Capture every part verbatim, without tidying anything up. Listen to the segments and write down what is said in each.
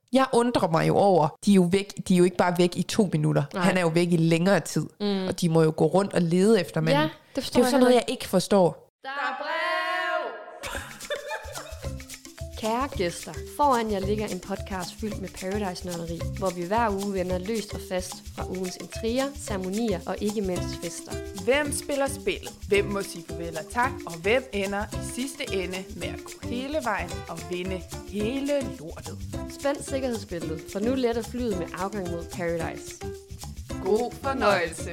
Jeg undrer mig jo over, de er jo, væk, de er jo ikke bare væk i to minutter. Nej. Han er jo væk i længere tid, mm. og de må jo gå rundt og lede efter manden. Ja, det forstår det er jo sådan noget, jeg ikke forstår. Der er brev! Kære gæster, foran jer ligger en podcast fyldt med Paradise-nørderi, hvor vi hver uge vender løst og fast fra ugens intriger, ceremonier og ikke mindst fester. Hvem spiller spillet? Hvem må sige farvel og tak? Og hvem ender i sidste ende med at gå hele vejen og vinde hele lortet? Spænd sikkerhedsbæltet, for nu letter flyet med afgang mod Paradise. God fornøjelse!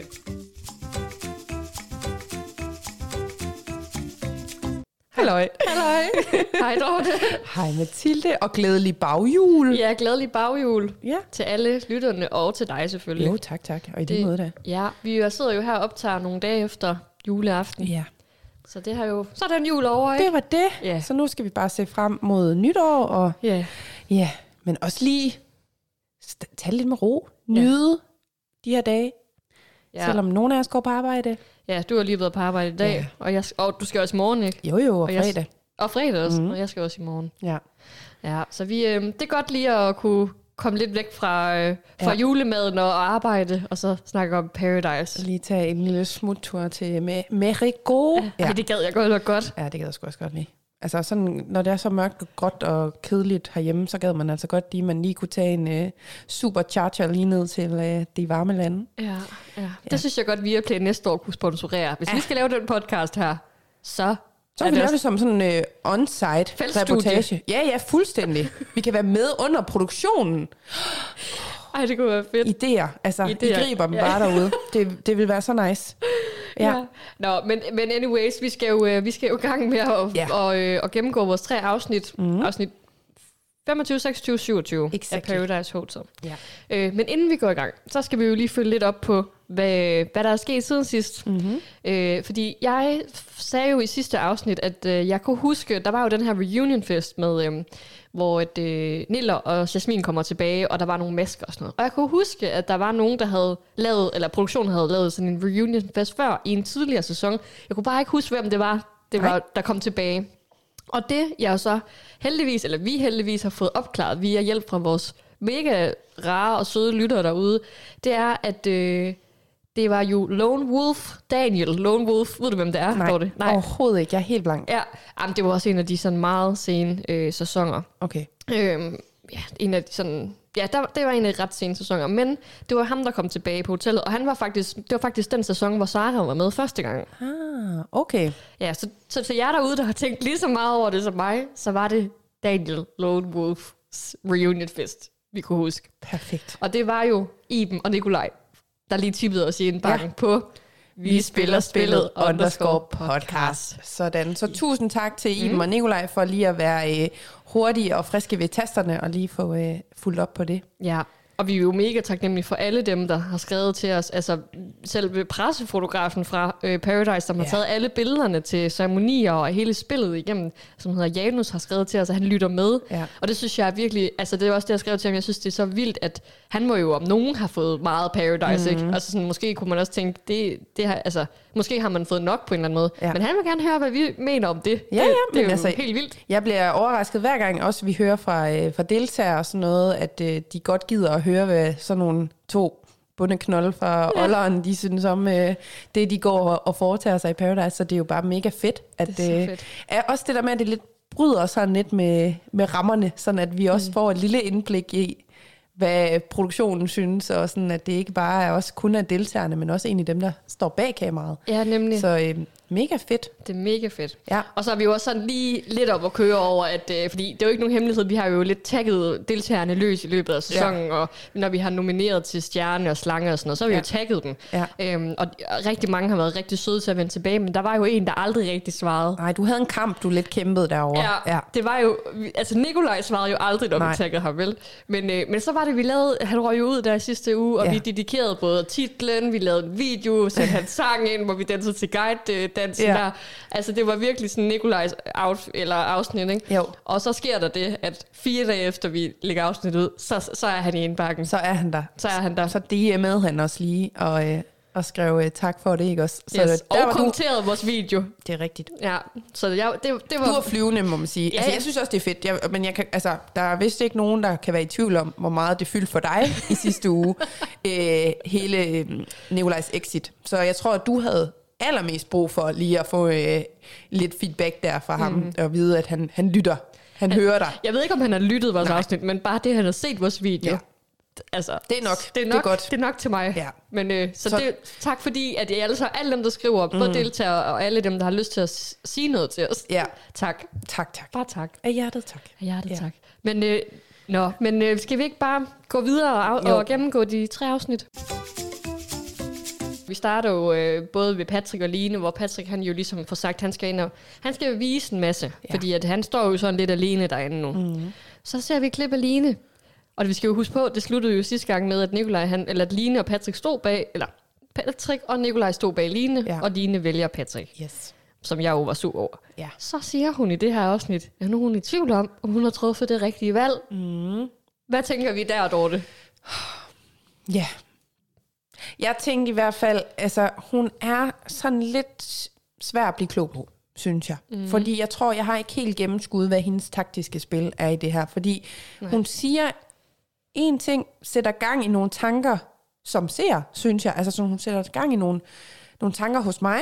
Halløj. Halløj. Hej Dorte. Hej Mathilde, og glædelig baghjul. Ja, glædelig baghjul Ja. til alle lytterne og til dig selvfølgelig. Jo, tak, tak. Og i det måde da. Ja, vi sidder jo her og optager nogle dage efter juleaften. Ja. Så det har jo... Så er den jul over, ikke? Det var det. Ja. Så nu skal vi bare se frem mod nytår. Og Ja. ja, men også lige st- tage lidt med ro. Nyde de her dage. Ja. Selvom nogen af os går på arbejde. Ja, du har lige været på arbejde i dag, Ja. og, jeg, og du skal også i morgen, ikke? Jo, jo, og Og jeg- fredag. Og fredag også, Mhm. og jeg skal også i morgen. Ja. Ja, så vi, øh, det er godt lige at kunne komme lidt væk fra, øh, fra Ja. julemaden og arbejde, og så snakke om Paradise. Lige tage en lille smuttur til Me- Mexico. Ja. Ej, det gad jeg godt nok godt. Ja, det gad jeg sgu også godt lige. Altså sådan, når det er så mørkt og gråt og kedeligt herhjemme, så gad man altså godt lige, man lige kunne tage en uh, supercharger lige ned til uh, de varme lande. Ja, ja. Ja. Det synes jeg godt, vi Viaplay næste år kunne sponsorere. Hvis ja. vi skal lave den podcast her, så... Så kan vi lave det som sådan en uh, on-site Feltstudie. reportage. Ja, ja, fuldstændig. Vi kan være med under produktionen. Ej, det kunne være fedt. Idéer. Altså, I Idéer. griber dem Ja. bare derude. Det, det vil være så nice. Ja. Ja. Nå, men, men anyways, vi skal jo, øh, vi skal jo i gang med at, Ja. og, øh, at gennemgå vores tre afsnit. Mhm. Afsnit femogtyve, seksogtyve, syvogtyve Exactly. af Paradise Hotel. Ja. Øh, men inden vi går i gang, så skal vi jo lige følge lidt op på, hvad, hvad der er sket siden sidst. Mm-hmm. Øh, fordi jeg sagde jo i sidste afsnit, at øh, jeg kunne huske, der var jo den her reunion fest med, øh, hvor et, øh, Niller og Jasmin kommer tilbage, og der var nogle masker og sådan noget. Og jeg kunne huske, at der var nogen, der havde lavet, eller produktionen havde lavet sådan en reunion fest før i en tidligere sæson. Jeg kunne bare ikke huske, hvem det var, det var der kom tilbage. Og det, jeg så heldigvis, eller vi heldigvis har fået opklaret via hjælp fra vores mega rare og søde lyttere derude, det er, at øh, det var jo Lone Wolf, Daniel Lone Wolf. Ved du, hvem det er? Nej, det? Nej, overhovedet ikke. Jeg er helt blank. Ja, jamen, det var også en af de sådan meget sene øh, sæsoner. Okay. Øhm, ja, en af de sådan... Ja, der, det var en af de ret sene sæsoner, men det var ham, der kom tilbage på hotellet, og han var faktisk, det var faktisk den sæson, hvor Sarah var med første gang. Ah, okay. Ja, så, så til jer derude, der har tænkt lige så meget over det som mig, så var det Daniel Lone Wolf's reunion fest, vi kunne huske. Perfekt. Og det var jo Iben og Nikolaj, der lige tippede os i indbakken Ja. på Vi spiller spillet underscore podcast. Sådan. Så tusind tak til Iben mm. og Nikolaj for lige at være øh, hurtige og friske ved tasterne og lige få øh, fuldt op på det. Ja, og vi er jo mega taknemmelige for alle dem, der har skrevet til os. Altså selv pressefotografen fra øh, Paradise, som har Ja. taget alle billederne til ceremonier og hele spillet igennem, som hedder Janus, har skrevet til os, at han lytter med. Ja. Og det synes jeg er virkelig, altså det er også det, jeg skrev til ham, jeg synes, det er så vildt, at han må jo om nogen have fået meget Paradise, mm. ikke? Altså sådan, måske kunne man også tænke, det, det har, altså, måske har man fået nok på en eller anden måde. Ja. Men han vil gerne høre, hvad vi mener om det. Ja, ja, det, det men er jo altså, helt vildt. Jeg bliver overrasket hver gang, også vi hører fra, øh, fra deltagere og sådan noget, at øh, de godt gider at høre, hvad sådan nogle to bundeknolde fra ja. Olleren, de synes om øh, det, de går og, og foretager sig i Paradise, så det er jo bare mega fedt. At, Det er så øh, fedt. er også det der med, at det lidt bryder sådan lidt med, med rammerne, sådan at vi også mm. får et lille indblik i, hvad produktionen synes, og sådan, at det ikke bare er også kun af deltagerne, men også egentlig dem, der står bag kameraet. Ja, nemlig. Så øh, mega fedt. Det er mega fedt. Ja. Og så er vi jo også sådan lige lidt op at køre over, at, øh, fordi det er jo ikke nogen hemmelighed, vi har jo lidt tagget deltagerne løs i løbet af sæsonen, ja. Og når vi har nomineret til stjerne og slange og sådan noget, så har vi Ja. jo tagget dem. Ja. Øhm, og rigtig mange har været rigtig søde til at vende tilbage, men der var jo en, der aldrig rigtig svarede. Nej, du havde en kamp, du lidt kæmpede derovre. Ja, ja, det var jo, altså Nikolaj svarede jo aldrig, når Nej. vi taggede ham, vel? Men, øh, men så var det, vi lavede, han røg jo ud der sidste uge, og Ja. vi dedikerede både titlen, vi lavede en video, så han sang ind, hvor vi dansede til guide-dansen Ja. der. Altså det var virkelig sådan Nikolajs out, eller afsnit, ikke? Jo. Og så sker der det, at fire dage efter vi lægger afsnittet ud, så, så er han i indbakken. Så, Så er han der. så er han der. Så D M'ede han også lige, og, øh, og skrev uh, tak for det, ikke også? Så yes. Og kommenterede du... vores video. Det er rigtigt. Ja, så jeg, det, det var... Du var flyvende, må man sige. Ja, altså, jeg synes også, det er fedt. Jeg, men jeg kan, altså, der er vist ikke nogen, der kan være i tvivl om, hvor meget det fyldte for dig i sidste uge. øh, hele øh, Nikolajs exit. Så jeg tror, at du havde allermest brug for lige at få øh, lidt feedback der fra ham, mm. og vide, at han, han lytter. Han, han hører dig. Jeg ved ikke, om han har lyttet vores Nej. afsnit, men bare det, han har set vores video. Ja. Altså, det er nok. Det er, nok, det er godt. Det er nok til mig. Ja. Men øh, så, så det, tak fordi, at jeg altså alle dem, der skriver, både mm. deltagere og alle dem, der har lyst til at sige noget til os. Ja. Tak. Tak, tak. Bare tak. Af hjertet, tak. Af hjertet, ja. tak. Men, øh, nå, men øh, skal vi ikke bare gå videre og, og gennemgå de tre afsnit? Vi starter jo øh, både ved Patrick og Line, hvor Patrick han jo ligesom får sagt, han skal ind og han skal vise en masse, ja. fordi at han står jo sådan lidt alene derinde nu. Mm. Så ser vi klip af Line, og det, vi skal jo huske på, det sluttede jo sidste gang med, at Nikolaj, han, eller at Line og Patrick stod bag, eller Patrick og Nikolaj stod bag Line, ja. og Line vælger Patrick, yes. som jeg jo var sur over. Ja. Så siger hun i det her afsnit, at nu er hun i tvivl om, om hun har truffet det rigtige valg. Mm. Hvad tænker vi der, Dorte? Ja. Jeg tænkte i hvert fald, altså hun er sådan lidt svær at blive klog på, synes jeg. Mm. Fordi jeg tror, jeg har ikke helt gennemskuddet, hvad hendes taktiske spil er i det her. Fordi Nej. hun siger en ting, sætter gang i nogle tanker, som ser, synes jeg. Altså så hun sætter gang i nogle, nogle tanker hos mig,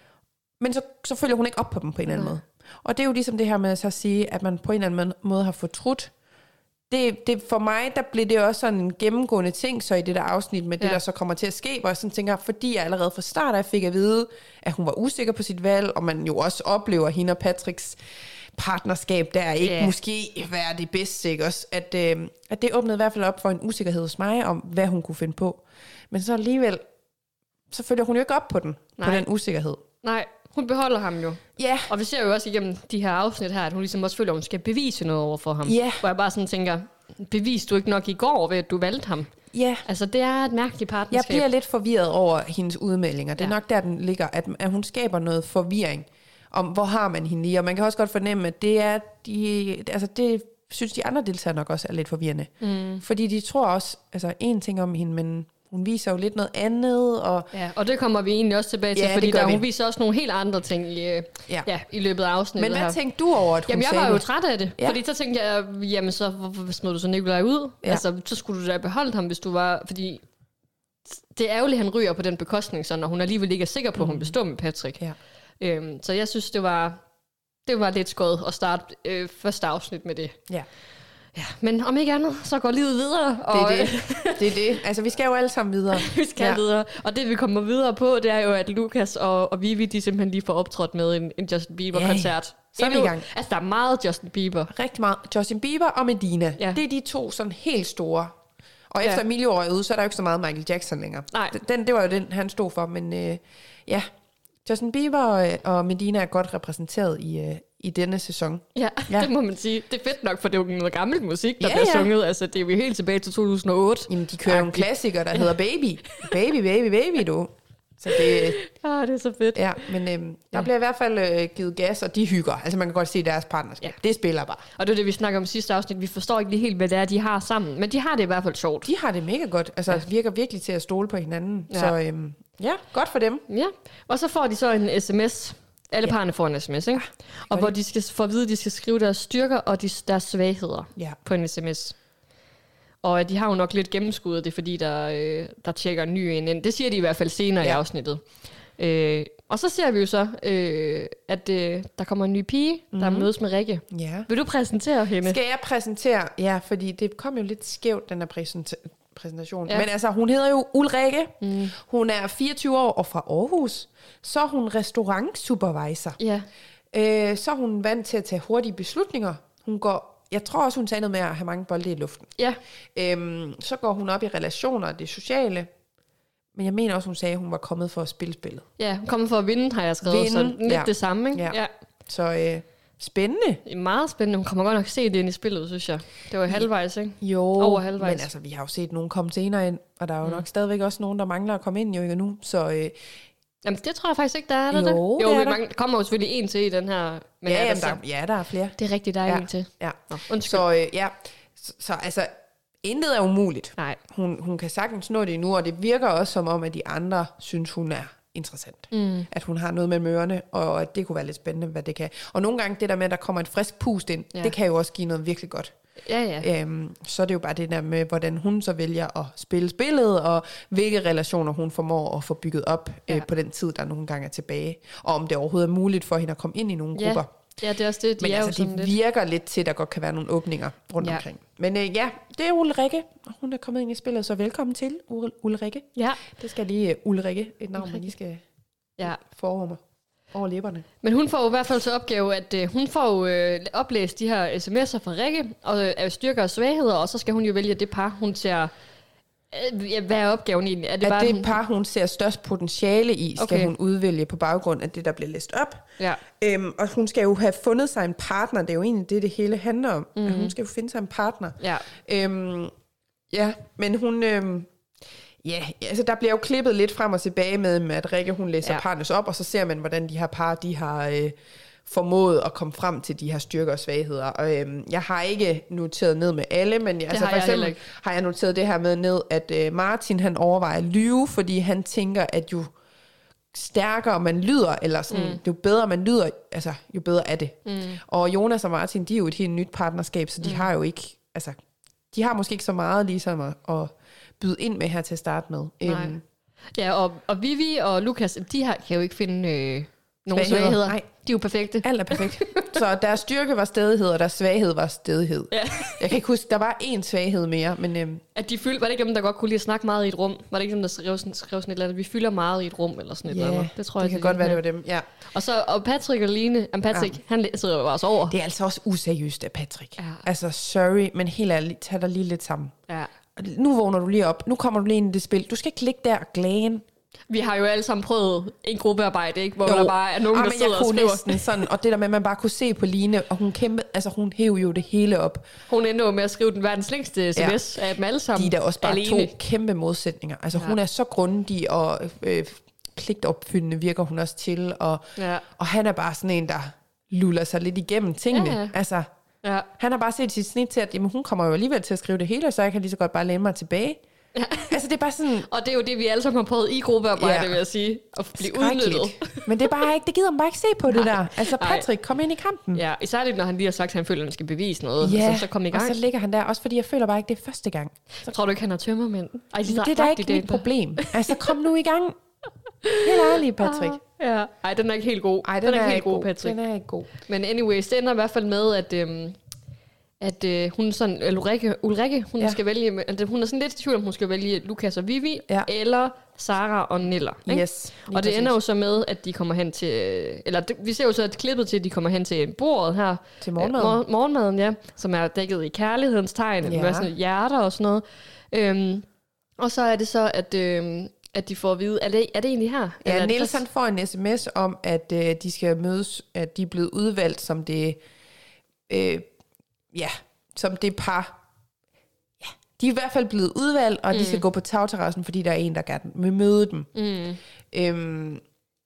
men så, så følger hun ikke op på dem på en eller anden Nej. måde. Og det er jo ligesom det her med at så sige, at man på en eller anden måde har fortrudt. Det, det, for mig, der blev det også sådan en gennemgående ting, så i det der afsnit med ja. det, der så kommer til at ske, hvor jeg sådan tænker, fordi jeg allerede fra start af fik at vide, at hun var usikker på sit valg, og man jo også oplever hende og Patricks partnerskab der ikke yeah. måske være det bedste, ikke også? At, øh, at det åbnede i hvert fald op for en usikkerhed hos mig, om hvad hun kunne finde på. Men så alligevel, så følger hun jo ikke op på den, Nej. på den usikkerhed. Nej, hun beholder ham jo. Ja. Yeah. Og vi ser jo også igennem de her afsnit her, at hun ligesom også føler, at hun skal bevise noget over for ham. Ja. Yeah. Hvor jeg bare sådan tænker, bevis du ikke nok i går ved, at du valgte ham? Ja. Yeah. Altså, det er et mærkeligt partnerskab. Jeg bliver lidt forvirret over hendes udmeldinger. Det er ja. nok der, den ligger, at, at hun skaber noget forvirring om, hvor har man hende lige. Og man kan også godt fornemme, at det er, de, altså det synes de andre deltagere nok også er lidt forvirrende. Mm. Fordi de tror også, altså en ting om hende, men hun viser jo lidt noget andet. Og, ja, og det kommer vi egentlig også tilbage til, ja, fordi der, hun viser også nogle helt andre ting i, ja. Ja, i løbet af afsnittet. Men hvad her. tænkte du over, at hun Jamen, jeg sagde var jo det? træt af det, ja. fordi så tænkte jeg, jamen så, hvorfor smed du så Nikolaj ud? Ja. Altså, så skulle du da beholde ham, hvis du var, fordi det er ærgerligt, han ryger på den bekostning, så når hun alligevel ikke er sikker på, at hun består med Patrick. Ja. Øhm, så jeg synes, det var, det var lidt skødt at starte øh, første afsnit med det. Ja. Ja, men om ikke andet, så går livet videre. Og det er det. det er det. Altså, vi skal jo alle sammen videre. vi skal ja. videre. Og det, vi kommer videre på, det er jo, at Lukas og, og Vivi, de simpelthen lige får optrådt med en, en Justin Bieber-koncert. Så er vi i gang. Altså, der er meget Justin Bieber. Rigtig meget. Justin Bieber og Medina. Ja. Det er de to sådan helt store. Og efter ja. Emilio er ude, så er der jo ikke så meget Michael Jackson længere. Nej. Den, det var jo den, han stod for. Men øh, ja, Justin Bieber og, og Medina er godt repræsenteret i... Øh, i denne sæson. Ja, ja, det må man sige. Det er fedt nok, for det er jo noget gammelt musik, der ja, bliver ja. sunget. Altså, det er jo helt tilbage til to tusind og otte. Jamen, de kører jo en klassiker, der hedder Baby. Baby, baby, baby, du. Så det... Ah, det er så fedt. Ja, men øhm, der ja. bliver i hvert fald øh, givet gas, og de hygger. Altså, man kan godt se deres partnerskab. Ja. Det spiller bare. Og det er det, vi snakker om i sidste afsnit. Vi forstår ikke lige helt, hvad det er, de har sammen. Men de har det i hvert fald sjovt. De har det mega godt. Altså, ja. virker virkelig til at stole på hinanden. Ja. Så øhm, ja, godt for dem. Ja, og så får de så en sms. Alle ja. parerne får en sms, ikke? Ja, og hvor de skal få at vide, at de skal skrive deres styrker og de, deres svagheder ja. på en sms. Og de har jo nok lidt gennemskuddet det, fordi der, øh, der tjekker en ny en ind. Det siger de i hvert fald senere ja. i afsnittet. Øh, og så ser vi jo så, øh, at øh, der kommer en ny pige, mm-hmm. der mødes med Rikke. Ja. Vil du præsentere hende? Skal jeg præsentere? Ja, fordi det kom jo lidt skævt, den her præsentation. præsentation. Ja. Men altså, hun hedder jo Ulrikke. Mm. Hun er fireogtyve år og fra Aarhus. Så er hun restaurantsupervisor. Ja. Øh, så er hun vant til at tage hurtige beslutninger. Hun går, jeg tror også, hun sagde noget med at have mange bolde i luften. Ja. Øhm, så går hun op i relationer, det sociale. Men jeg mener også, hun sagde, at hun var kommet for at spille spillet. Ja, hun kommet for at vinde, har jeg skrevet. Vinde, så lidt ja. det samme, ikke? Ja. ja. Så... Øh, spændende. Meget spændende. Hun kommer godt nok se det ind i spillet, synes jeg. Det var halvvejs, ikke? Jo, over halvvejs. Men altså, vi har jo set nogen komme senere ind, og der er jo mm. nok stadigvæk også nogen, der mangler at komme ind jo ikke nu. Så, øh, jamen, det tror jeg faktisk ikke, der er der. Jo, det. jo det er der. Der kommer jo selvfølgelig en til i den her. Men ja, er jamen, der, der, ja, der er flere. Det er rigtigt, der er ja. en til. Ja. Nå, undskyld. Så, øh, ja. Så, så altså, intet er umuligt. Nej. Hun, hun kan sagtens nå det nu, og det virker også som om, at de andre synes, hun er interessant. Mm. At hun har noget med mørerne, og at det kunne være lidt spændende, hvad det kan. Og nogle gange det der med, at der kommer et frisk pust ind, ja. det kan jo også give noget virkelig godt. Ja, ja. Øhm, så er det jo bare det der med, hvordan hun så vælger at spille spillet, og hvilke relationer hun formår at få bygget op ja. øh, på den tid, der nogle gange er tilbage. Og om det overhovedet er muligt for hende at komme ind i nogle ja. grupper. Ja, det er også det. De Men er altså, jo det lidt... virker lidt til, at der godt kan være nogle åbninger rundt ja. omkring. Men øh, ja, det er Ulrikke, og hun er kommet ind i spillet, så velkommen til, Ulrikke. Ja. Det skal lige uh, Ulrikke, et navn, man lige skal ja. forme over læberne. Men hun får jo i hvert fald til opgave, at øh, hun får jo øh, oplæst de her sms'er fra Rikke, og øh, styrker og svagheder, og så skal hun jo vælge det par, hun ser... Øh, hvad er opgaven egentlig? Er det at bare, det hun... par, hun ser størst potentiale i, skal okay. hun udvælge på baggrund af det, der bliver læst op. Ja. Øhm, og hun skal jo have fundet sig en partner. Det er jo egentlig det, det hele handler om. Mm-hmm. Hun skal jo finde sig en partner. Ja, øhm, ja men hun... Øhm, Ja, altså der bliver jo klippet lidt frem og tilbage med, at Rikke hun læser ja. parnes op, og så ser man, hvordan de her par, de har øh, formået at komme frem til de her styrker og svagheder. Og, øh, jeg har ikke noteret ned med alle, men altså, for eksempel jeg har jeg noteret det her med ned, at øh, Martin han overvejer at lyve, fordi han tænker, at jo stærkere man lyder, eller sådan, mm. jo bedre man lyder, altså jo bedre er det. Mm. Og Jonas og Martin, de er jo et helt nyt partnerskab, så de mm. har jo ikke, altså de har måske ikke så meget ligesom at, at byde ind med her til at starte med. Nej. Um, ja, og, og Vivi og Lukas, de her kan jo ikke finde øh, nogen svagheder. svagheder. Nej. De er jo perfekte. Alt er perfekt. Så deres styrke var stædighed, og deres svaghed var stædighed. Ja. Jeg kan ikke huske, der var én svaghed mere, men... Øhm, at de fyldte, var det ikke dem, der godt kunne lide at snakke meget i et rum? Var det ikke dem, der skrev sådan, skrev sådan et eller andet, vi fylder meget i et rum, eller sådan et yeah, eller andet? Det tror det jeg, kan godt være, det var dem, ja. Og så og Patrick og Line, og Patrick, ja. han sidder jo også over. Det er altså også useriøst af Patrick. Ja. Altså, sorry, men helt ærligt, tag dig lige lidt sammen. Ja. Nu vågner du lige op, nu kommer du lige ind i det spil. Du skal ikke ligge der og glæne. Vi har jo alle sammen prøvet en gruppearbejde, ikke? Hvor jo. der bare er nogen, ah, der sidder og skriver. Sådan, og det der med, at man bare kunne se på Line, og hun kæmpe, altså hun hæv jo det hele op. Hun endte jo med at skrive den verdens længste sms ja. af dem alle sammen. De er da også bare alene. to kæmpe modsætninger. Altså ja. hun er så grundig og øh, pligtopfyldende virker hun også til, og, ja. og han er bare sådan en, der luller sig lidt igennem tingene. Ja, ja. Altså, ja. han har bare set sit snit til, at jamen, hun kommer jo alligevel til at skrive det hele, så jeg kan lige så godt bare læne mig tilbage. Ja. Altså det er bare sådan... Og det er jo det, vi alle sammen har prøvet i gruppearbejde, ja. vil jeg sige. At blive udnyttet. Men det er bare ikke, det gider man bare ikke se på det der. Altså Patrick, kom ind i kampen. Ja, især lidt, når han lige har sagt, at han føler, at han skal bevise noget. Ja, altså, så kom i gang. Og så ligger han der, også fordi jeg føler bare ikke, det er første gang. Så tror du ikke, han har tømmermænd? Ej, det er da ikke mit problem. Altså kom nu i gang. Helt ærligt, Patrick. Ah, ja. Ej, den er ikke helt god. Ej, den, den er, er ikke helt god, god, Patrick. Den er ikke god. Men anyways, det ender i hvert fald med, at... Øhm, at øh, hun sådan, eller Ulrikke, Ulrikke hun ja. skal vælge, altså, hun er sådan lidt i tvivl, om hun skal vælge Lukas og Vivi, ja. eller Sara og Niller. Ikke? Yes, og det præcis. ender jo så med, at de kommer hen til, eller det, vi ser jo så et klippet til, at de kommer hen til bordet her. Til morgenmaden. Øh, morgenmaden, ja, som er dækket i kærlighedens tegn, ja. med sådan hjerter og sådan noget. Øhm, og så er det så, at... Øhm, at de får at vide, er det, er det egentlig her? Ja, eller Niels han får en sms om, at øh, de skal mødes, at de er blevet udvalgt som det, øh, ja, som det par. Ja, de er i hvert fald blevet udvalgt, og mm. de skal gå på tagterrassen, fordi der er en, der gerne vil møde dem. Mm. Øhm,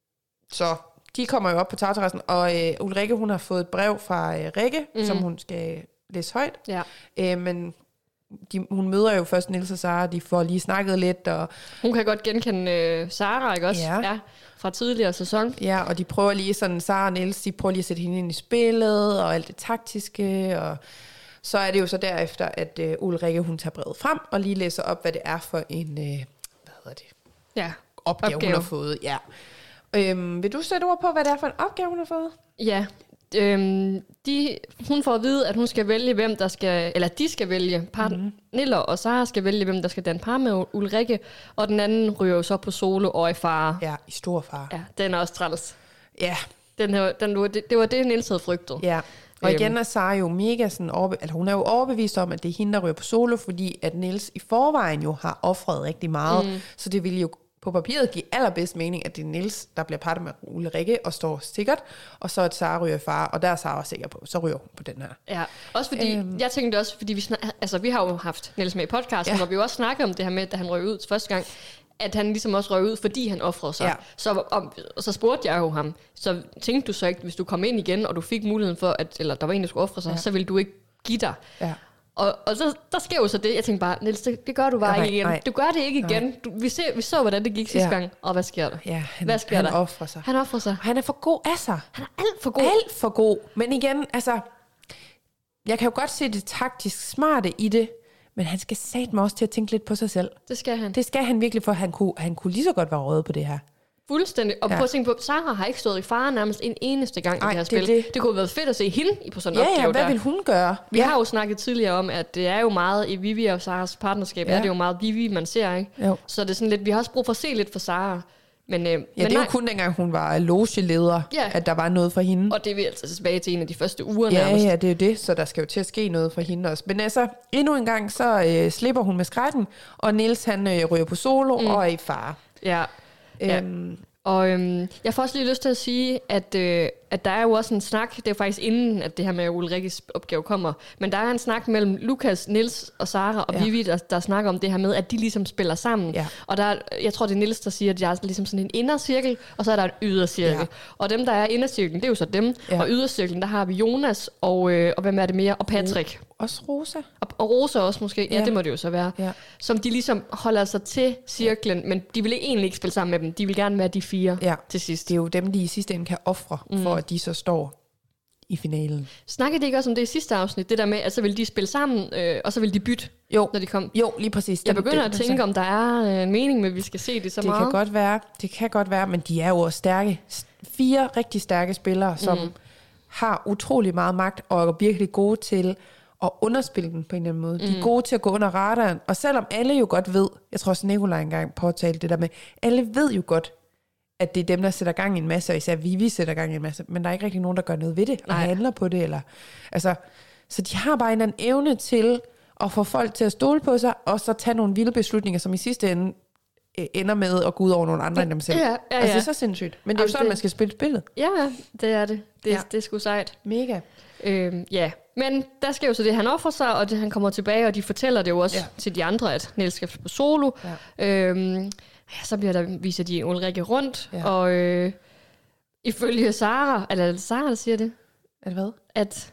så de kommer jo op på tagterrassen, og øh, Ulrikke, hun har fået et brev fra øh, Rikke, mm. som hun skal læse højt. Ja. Øh, men de, hun møder jo først Niels og Sara, de får lige snakket lidt. Og hun kan godt genkende øh, Sara, ikke også? Ja. ja. Fra tidligere sæson. Ja, og de prøver lige sådan, Sara og Niels, de prøver lige at sætte hende ind i spillet, og alt det taktiske, og så er det jo så derefter, at øh, Ulrikke, hun tager brevet frem, og lige læser op, hvad det er for en, øh, hvad hedder det? Ja, opgave, opgave, hun har fået. Ja. Øhm, vil du sætte ord på, hvad det er for en opgave, hun har fået? Ja, øhm, de, hun får at vide, at hun skal vælge, hvem der skal, eller de skal vælge, par, mm-hmm. Niller og Sara skal vælge, hvem der skal danne par med Ulrikke, og den anden ryger jo så på solo og i fare. Ja, i stor fare. Ja, den er også træls. Ja. Den her, den, det, det var det, Niels havde frygtet. Ja. Og igen er Sara jo mega sådan, overbe- altså hun er jo overbevist om, at det er hende, der ryger på solo, fordi at Niels i forvejen jo har offret rigtig meget, mm. så det ville jo på papiret give allerbedst mening, at det er Niels, der bliver partet med Ulrikke og står sikkert, og så at Sara ryger far, og der er Sara sikker på, så ryger hun på den her. Ja, også fordi, øhm. jeg tænkte også, fordi vi, snak, altså, vi har jo haft Niels med i podcasten, ja. hvor vi jo også snakkede om det her med, da han røg ud første gang, at han ligesom også røg ud, fordi han offrede sig. Ja. Så, om, og så spurgte jeg jo ham, så tænkte du så ikke, hvis du kom ind igen, og du fik muligheden for, at, eller der var en, der skulle ofre sig, ja. så ville du ikke give dig. Ja. Og, og så, der sker jo så det, jeg tænkte bare, Niels, det, det gør du bare okay, ikke igen. Nej. Du gør det ikke igen. Du, vi, ser, vi så, hvordan det gik sidste Ja. gang, og hvad sker der? Ja, han, hvad sker han der? offrer sig. Han offrer sig. Han er for god af sig. Han er alt for god. Alt for god. Men igen, altså, jeg kan jo godt se det taktisk smarte i det, men han skal satme også til at tænke lidt på sig selv. Det skal han. Det skal han virkelig, for han kunne, han kunne lige så godt være røget på det her. Fuldstændig. Og Ja. prøv at tænke på, Sarah har ikke stået i fare nærmest en eneste gang Ej, i det her det er spil. det. Det kunne have været fedt at se hende på sådan en Ja, ja, opgave hvad der. vil hun gøre? Vi ja. har jo snakket tidligere om, at det er jo meget i Vivi og Sarahs partnerskab, Ja. er det jo meget Vivi, man ser, ikke? Jo. Så det er sådan lidt, vi har også brug for at se lidt for Sarah. Men, øh, Ja, men det er nej. jo kun dengang, hun var logeleder, Ja. at der var noget for hende. Og det er vi altså tilbage til en af de første uger Ja, nærmest. ja, det er jo det, så der skal jo til at ske noget for hende også. Men altså, endnu en gang, så øh, slipper hun med skrækken, og Niels han øh, ryger på solo mm. og er i fare. Ja. Ja. Øhm, Og øhm, jeg får også lige lyst til at sige, at, øh, at der er jo også en snak, det er faktisk inden, at det her med Ulrikkes opgave kommer, men der er en snak mellem Lukas, Niels og Sarah og Ja. Vivi, der, der snakker om det her med, at de ligesom spiller sammen. Ja. Og der, er- jeg tror, det er Niels, der siger, at der er ligesom sådan en indercirkel, og så er der en ydercirkel. Ja. Og dem, der er indercirklen, det er jo så dem, Ja. og ydercirklen, der har vi Jonas, og, øh, og hvem er det mere? Og Patrick. også Rosa. Og, og Rosa også måske, ja. Ja. ja, det må det jo så være. Ja. Som de ligesom holder sig til cirklen, men de vil egentlig ikke spille sammen med dem. De vil gerne være de fire Ja. til sidst. Det er jo dem, de i sidste ende kan ofre, mm. for at de så står i finalen. Snakkede de ikke også om det i sidste afsnit? Det der med, at så vil de spille sammen, øh, og så vil de bytte, Jo, når de kom. jo lige præcis. Jeg Dem- begynder dem- at tænke, om der er øh, en mening med, at vi skal se det så Det meget. kan godt være, det kan godt være, men de er jo også stærke. S- Fire rigtig stærke spillere, som mm. har utrolig meget magt, og er virkelig gode til at underspille den på en eller anden måde. Mm. De er gode til at gå under radaren, og selvom alle jo godt ved, jeg tror også Nikolaj engang påtalte det der med, alle ved jo godt, at det er dem, der sætter gang i en masse, og især Vivi sætter gang i en masse, men der er ikke rigtig nogen, der gør noget ved det, og Nej. handler på det. Eller, altså, så de har bare en eller anden evne til at få folk til at stole på sig, og så tage nogle vilde beslutninger, som i sidste ende øh, ender med at gå ud over nogle andre end dem selv. Ja, ja, ja. Altså, det er så sindssygt. Men det er jo Jamen, sådan, det- man skal spille spillet. Ja, ja, det er det. Det, Ja. ja. det er sgu sejt. Mega. Øhm, ja, men der sker jo så det, han offrer sig, og det, han kommer tilbage, og de fortæller det jo også Ja. ja. til de andre, at Niels skal på solo. Ja. Øhm, ja, så bliver der, viser de Ulrikke rundt, Ja. ja. og øh, ifølge Sarah, eller er det Sarah, der siger det, Er det hvad? at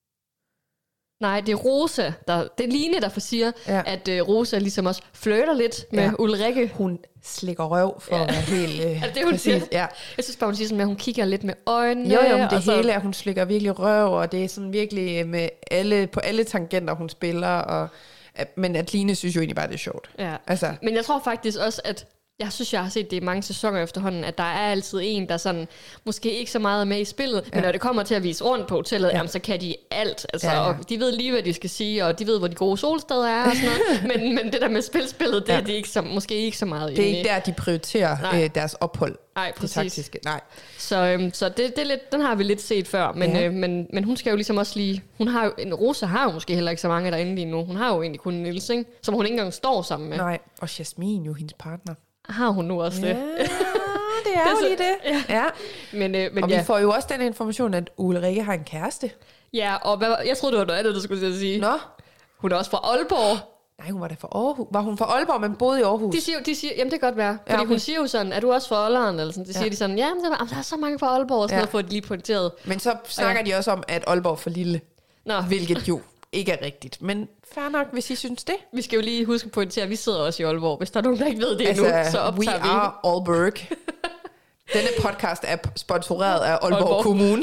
nej, det er Rosa, der, det er Line, der for siger, Ja. ja. at øh, Rosa ligesom også flirter lidt med Ja. ja. Ulrikke. Hun slikker røv for ja. at være helt øh, Er det det, hun præcis. siger? Ja. Jeg synes bare, hun siger sådan, at hun kigger lidt med øjnene. Jo, jo, men og det så, hele er, hun slikker virkelig røv, og det er sådan virkelig med alle, på alle tangenter, hun spiller. Og, men at Line synes jo egentlig bare, det er sjovt. Ja. Altså, Men jeg tror faktisk også, at jeg synes, jeg har set det i mange sæsoner efterhånden, at der er altid en, der sådan, måske ikke så meget er med i spillet, men Ja. når det kommer til at vise rundt på hotellet, Ja. ja. jamen, så kan de alt. Altså, Ja, ja, ja. ja. Og de ved lige, hvad de skal sige, og de ved, hvor de gode solsteder er og sådan noget. men, men det der med spilspillet, det Ja. ja. er de ikke så, måske ikke så meget det er inde ikke i. der, de prioriterer Nej. øh, deres ophold. Nej, Det præcis. taktiske. Nej. Så, øhm, så det, det er lidt, den har vi lidt set før, men, Ja. ja. øh, men, men hun skal jo ligesom også lige, hun har jo, en Rosa har jo måske heller ikke så mange derinde lige nu. Hun har jo egentlig kun Niels, ikke? Som hun ikke engang står sammen med. Nej. Og Jasmin jo, hendes partner. Har hun nu også Ja, det? det er Det er jo så- lige det. Ja. Men, øh, men Og ja. vi får jo også den information, at Ulrikke har en kæreste. Ja, og hvad, var- jeg troede, det var noget andet, du skulle til at sige. Nå? Hun er også fra Aalborg. Nej, hun var da fra Aarhus. Var hun fra Aalborg, men boede i Aarhus? De siger, de siger, jamen det kan godt være. Fordi Ja, ja, okay. hun siger jo sådan, er du også fra Aalborg? Eller sådan. Det siger Ja. de sådan, ja, men der, der er så mange fra Aalborg, og sådan Ja. ja. noget, får de lige pointeret. Men så snakker de også om, at Aalborg er for lille. Nå, Hvilket jo ikke er rigtigt. Men fair nok, hvis I synes det. vi skal jo lige huske at pointere, at vi sidder også i Aalborg. Hvis der er nogen, der ikke ved det endnu, så we optager vi. are Aalborg. Denne podcast er sponsoreret af Aalborg, Aalborg. Kommune.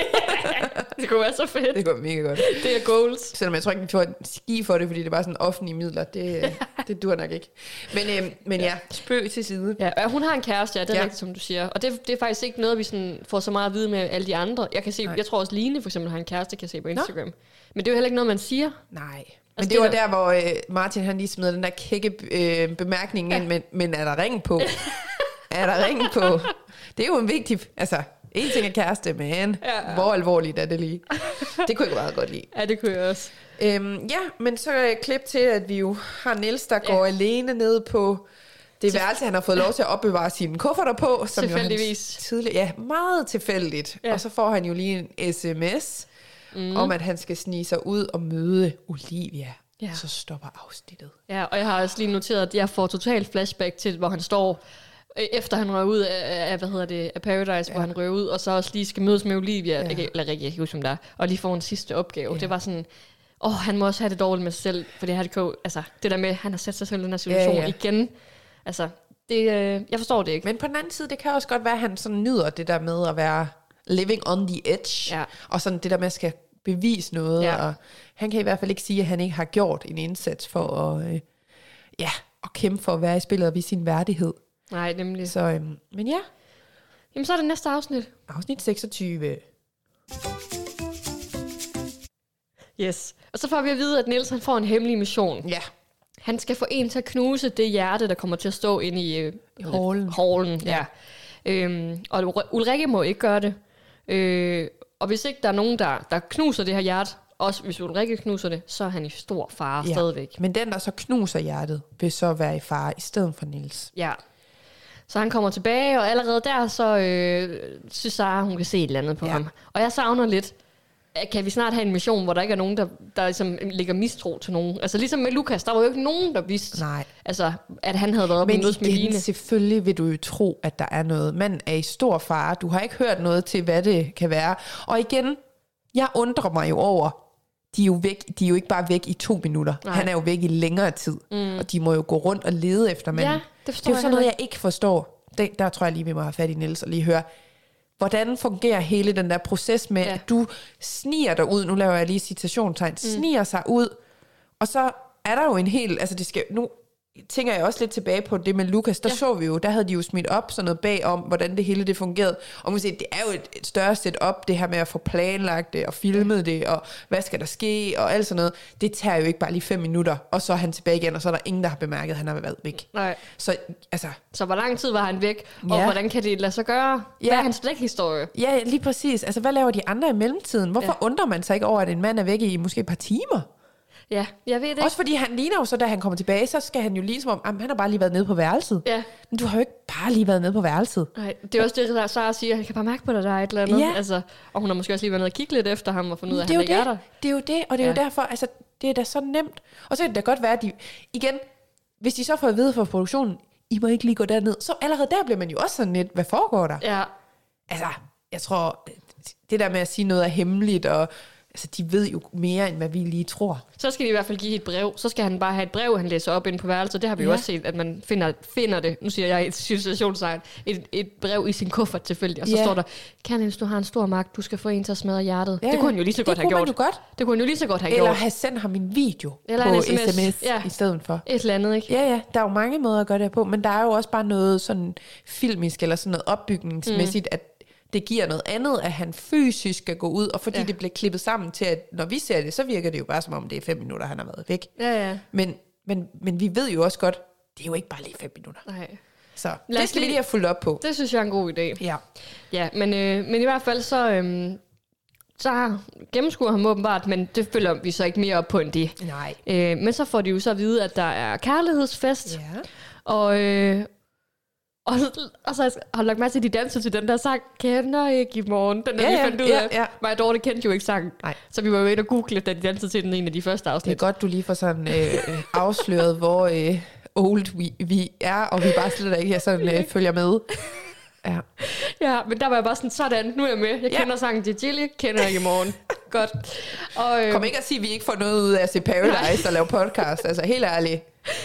Det kunne være så fedt. Det går mega godt. Det er goals. Selvom jeg tror ikke, vi får en ski for det, fordi det er bare sådan offentlige midler. Det, det dur nok ikke. Men, øh, men ja, spøg til side. Ja, og hun har en kæreste, ja, det er Ja. ja. rigtigt, som du siger. Og det, det er faktisk ikke noget, vi sådan får så meget at vide med alle de andre. Jeg kan se, Nej. jeg tror også, Line for eksempel har en kæreste, kan jeg se på Instagram. Nå. Men det er jo heller ikke noget, man siger. Nej. Men Altså, det, det var er- der, hvor øh, Martin han lige smed den der kække øh, bemærkning ind, men, men er der ring på? er der ring på? Det er jo en vigtig... Altså, en ting er kæreste, men Ja, ja. hvor alvorligt er det lige? Det kunne jeg meget godt lide. Ja, det kunne jeg også. Øhm, ja, men så er klip til, at vi jo har Niels, der Ja. går alene ned på det Til- værelse, han har fået lov til at opbevare sine kufferter på. Som jo er hans Tilfældigvis. Tidlig, ja, meget tilfældigt. Ja. Ja. Og så får han jo lige en sms mm. om, at han skal snige sig ud og møde Olivia. Ja. Så stopper afsnittet. Ja, og jeg har også lige noteret, at jeg får totalt flashback til, hvor han står, øh, efter han rører ud af, af hvad hedder det, af Paradise, ja. hvor han rører ud, og så også lige skal mødes med Olivia, Ja. ja. eller Rikke, jeg kan ikke huske, om der er, og lige får en sidste opgave. Ja. Ja. Det var sådan, åh, han må også have det dårligt med sig selv, for det her, det, kan jo, altså, det der med, han har sat sig selv i den her situation ja, ja. igen. Altså, det, øh, jeg forstår det ikke. Men på den anden side, det kan også godt være, at han sådan nyder det der med at være living on the edge, ja. og sådan det der med at skal bevise noget, ja. og han kan i hvert fald ikke sige, at han ikke har gjort en indsats for at, øh, ja, at kæmpe for at være i spillet og vise sin værdighed. Nej, nemlig. Så, øh, men ja. Jamen, så er det næste afsnit. Afsnit seksogtyve. Yes. Og så får vi at vide, at Niels han får en hemmelig mission. Ja. Han skal få en til at knuse det hjerte, der kommer til at stå inde i øh, hallen. hallen. Ja. Ja. Øhm, og Ulrikke må ikke gøre det. Øh, og hvis ikke der er nogen, der, der knuser det her hjerte, også hvis Ulrikke knuser det, så er han i stor fare ja. stadigvæk. Men den, der så knuser hjertet, vil så være i fare i stedet for Niels. Ja. Så han kommer tilbage, og allerede der, så øh, synes Sara, hun kan se et eller andet på ja. ham. Og jeg savner lidt, kan vi snart have en mission, hvor der ikke er nogen, der, der ligesom lægger mistro til nogen? Altså ligesom med Lukas, der var jo ikke nogen, der vidste, Nej. Altså, at han havde været oppe i noget med Line. Men selvfølgelig vil du jo tro, at der er noget. Manden er i stor fare. Du har ikke hørt noget til, hvad det kan være. Og igen, jeg undrer mig jo over, de er jo, væk, de er jo ikke bare væk i to minutter. Nej. Han er jo væk i længere tid. Mm. Og de må jo gå rundt og lede efter manden. Ja, det, det er jo sådan noget, jeg ikke forstår. Det, der tror jeg lige, vi må have fat i Niels og lige høre, hvordan fungerer hele den der proces med, ja. at du sniger dig ud, nu laver jeg lige citationstegn, mm. sniger sig ud, og så er der jo en hel, altså det skal, nu tænker jeg også lidt tilbage på det med Lukas, der ja. så vi jo, der havde de jo smidt op sådan noget bag om, hvordan det hele det fungerede, og man kan sige, det er jo et, et større setup, det her med at få planlagt det, og filmet det, og hvad skal der ske, og alt sådan noget, det tager jo ikke bare lige fem minutter, og så er han tilbage igen, og så er der ingen, der har bemærket, at han har været væk. Nej. Så, altså... Så hvor lang tid var han væk, og ja. hvordan kan det lade sig gøre? Hvad ja. er hans dækhistorie? Ja, lige præcis. Altså, hvad laver de andre i mellemtiden? Hvorfor ja. undrer man sig ikke over, at en mand er væk i måske et par timer? Ja, jeg ved det. Også fordi han ligner jo så, da han kommer tilbage, så skal han jo lige som om, han har bare lige været nede på værelset. Ja. Men du har jo ikke bare lige været nede på værelset. Nej, det er også det, der Sara siger, jeg kan bare mærke på dig, der er et eller andet. Ja. Altså, og hun har måske også lige været nede og kigge lidt efter ham, og fundet ud af, at han ikke det. er der. Det er jo det, og det er ja. jo derfor, altså, det er da så nemt. Og så kan det da godt være, at de, igen, hvis de så får at vide fra produktionen, I må ikke lige gå derned, så allerede der bliver man jo også sådan lidt, hvad foregår der? Ja. Altså, jeg tror, det der med at sige noget er hemmeligt, og altså, de ved jo mere, end hvad vi lige tror. Så skal de i hvert fald give et brev. Så skal han bare have et brev, han læser op inde på værelset. Det har vi ja. jo også set, at man finder, finder det. Nu siger jeg et situationstegn. Et, et brev i sin kuffert tilfældigt. Og så ja. står der, kære Niels, du har en stor magt. Du skal få en til at smadre hjertet. Ja, det kunne han jo lige så godt have gjort. Godt. Det kunne han jo lige så godt have Eller gjort. Eller have sendt ham en video eller på en sms, sms ja. i stedet for. Et eller andet, ikke? Ja, ja. Der er jo mange måder at gøre det på. Men der er jo også bare noget sådan filmisk, eller sådan noget opbygningsmæssigt, mm. at det giver noget andet, at han fysisk skal gå ud, og fordi ja. det bliver klippet sammen til, at når vi ser det, så virker det jo bare som om, det er fem minutter, han har været væk. Ja, ja. Men, men, men vi ved jo også godt, det er jo ikke bare lige fem minutter. Nej. Så Lad det skal lige, vi lige have fulgt op på. Det synes jeg er en god idé. Ja. Ja, men, øh, men i hvert fald så, øhm, så gennemskuer ham åbenbart, men det følger vi så ikke mere op på end det. Nej. Øh, men så får de jo så at vide, at der er kærlighedsfest. Ja. Og... Øh, Og, og så har jeg lagt mærke til, at de danser til den der sang, kender ikke i morgen. Den der ja, vi ja, fandt ud ja, af. Ja. Mig og Dorte kendte jo ikke sangen. Nej. Så vi var jo inde og google, da de dansede til den en af de første afsnit. Det er godt, du lige får sådan øh, afsløret, hvor øh, old vi, vi er, og vi bare slet ikke sådan, øh, følger med. Ja. Ja, men der var jeg bare sådan, sådan, nu er jeg med. Jeg ja. kender sangen til Jilly, kender jeg ikke i morgen. Godt. Og, øh, Kom ikke at sige, at vi ikke får noget ud af at se Paradise nej. og lave podcast. Altså helt ærligt.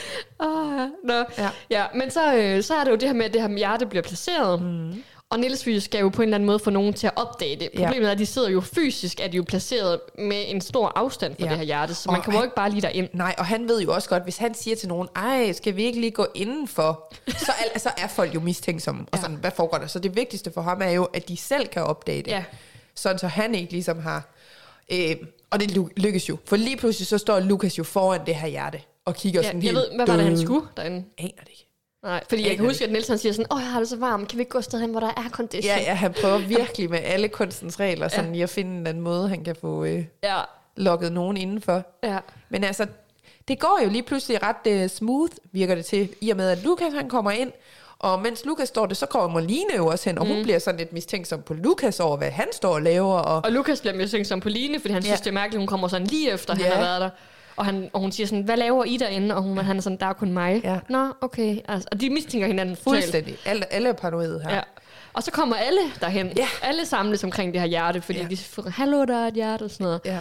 Oh, no. ja. ja, men så, øh, så er det jo det her med, at det her hjerte bliver placeret. Mm. Og Niels skal jo på en eller anden måde få nogen til at opdage det. Problemet ja. er, at de sidder jo fysisk, at de jo placeret med en stor afstand fra ja. det her hjerte, så og man kan jo ikke bare lige derind. Nej, og han ved jo også godt, hvis han siger til nogen, ej, skal vi ikke lige gå indenfor, så, al- så er folk jo mistænksomme. Og sådan, ja. hvad foregår der? Så det vigtigste for ham er jo, at de selv kan opdage det. Ja. Sådan så han ikke ligesom har... Øh, og det lykkes jo. For lige pludselig så står Lukas jo foran det her hjerte og kigger ja, sådan helt... Jeg ved, hvad var det, han skulle derinde? Aner det ikke. Nej, fordi jeg kan huske, at Niels han siger sådan, åh, jeg har det så varmt, kan vi ikke gå afsted hen, hvor der er condition? Ja, ja, han prøver virkelig med alle kunstens regler, sådan ja. at finde en anden måde, han kan få øh, ja. lukket nogen indenfor. Ja. Men altså, det går jo lige pludselig ret uh, smooth, virker det til, i og med, at Lukas han kommer ind, og mens Lukas står det, så kommer Line jo også hen, og mm. hun bliver sådan lidt mistænksom på Lukas over, hvad han står og laver. Og, og Lukas bliver mistænksom på Line, fordi han ja. synes, det er mærkeligt, hun kommer sådan lige efter, ja. han har været der. Og, han, og hun siger sådan, hvad laver I derinde? Og hun, han er sådan, der er kun mig. Ja. Nå, okay. Altså, og de mistænker hinanden fuldstændig. Alle, alle er paranoide her. Ja. Og så kommer alle derhen. Ja. Alle samles omkring det her hjerte, fordi ja. de siger, hallo, der er et hjerte og sådan noget. Ja.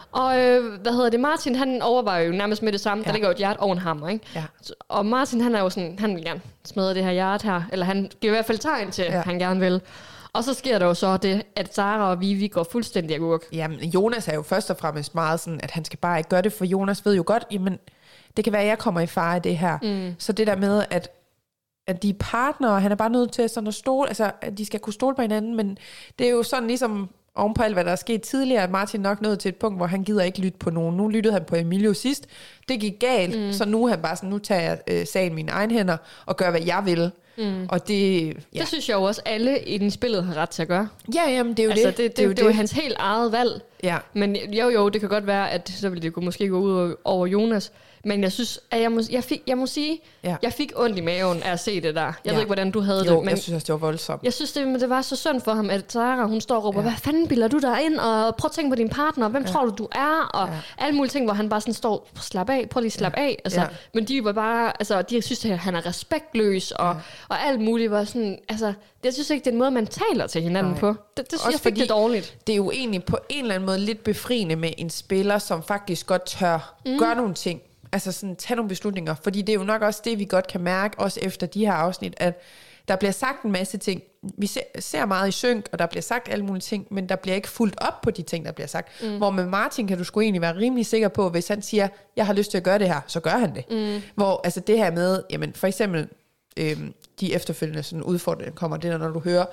Og øh, hvad hedder det, Martin, han overvejer jo nærmest med det samme. Ja. Der ligger jo et hjerte over en hammer, ikke? Ja. Og Martin, han er jo sådan, han vil gerne smadre det her hjerte her, eller han giver i hvert fald tegn til, ja. han gerne vil. Og så sker der jo så det, at Sara og Vivi går fuldstændig agurk. Jamen, Jonas er jo først og fremmest meget sådan, at han skal bare ikke gøre det, for Jonas ved jo godt, jamen, det kan være, at jeg kommer i fare i det her. Mm. Så det der med, at, at de er partnere, han er bare nødt til sådan at stole, altså, at de skal kunne stole på hinanden, men det er jo sådan ligesom, ovenpå alt, hvad der er sket tidligere, at Martin nok nåede til et punkt, hvor han gider ikke lytte på nogen. Nu lyttede han på Emilio sidst. Det gik galt, mm. så nu er han bare sådan, nu tager jeg øh, sagen i mine egne hænder, og gør, hvad jeg vil. Mm. Og det, ja. det synes jeg jo også, alle i den spillet har ret til at gøre. Ja, jamen, det er jo altså, det. Det, det, det, er jo det, det er jo hans helt eget valg. Ja. Men jo, jo, det kan godt være, at så ville det måske gå ud over Jonas. Men jeg synes, at jeg må, jeg fik, jeg må sige, ja. jeg fik ondt i maven af at se det der. Jeg ja. ved ikke, hvordan du havde jo, det. Men jeg synes også, det var voldsomt. Jeg synes, det, det var så synd for ham, at Sara, hun står og råber, ja. hvad fanden bilder du dig ind? Og prøv at tænke på din partner. Hvem ja. tror du, du er? Og ja. alle mulige ting, hvor han bare sådan står, slap af, prøv lige slap ja. af. Altså, ja. Men de var bare, altså, de synes, at han er respektløs, og, ja. og alt muligt var sådan, altså, jeg synes ikke, det er en måde, man taler til hinanden Nej. på. Det, det synes jeg fik det dårligt. Det er jo egentlig på en eller anden måde lidt befriende med en spiller, som faktisk godt tør mm. gøre nogle ting. Altså sådan, tage nogle beslutninger. Fordi det er jo nok også det, vi godt kan mærke, også efter de her afsnit, at der bliver sagt en masse ting. Vi ser, ser meget i synk, og der bliver sagt alle mulige ting, men der bliver ikke fulgt op på de ting, der bliver sagt. Mm. Hvor med Martin kan du sgu egentlig være rimelig sikker på, hvis han siger, jeg har lyst til at gøre det her, så gør han det. Mm. Hvor altså det her med, jamen for eksempel, øhm, de efterfølgende sådan udfordringer kommer, det der, når du hører,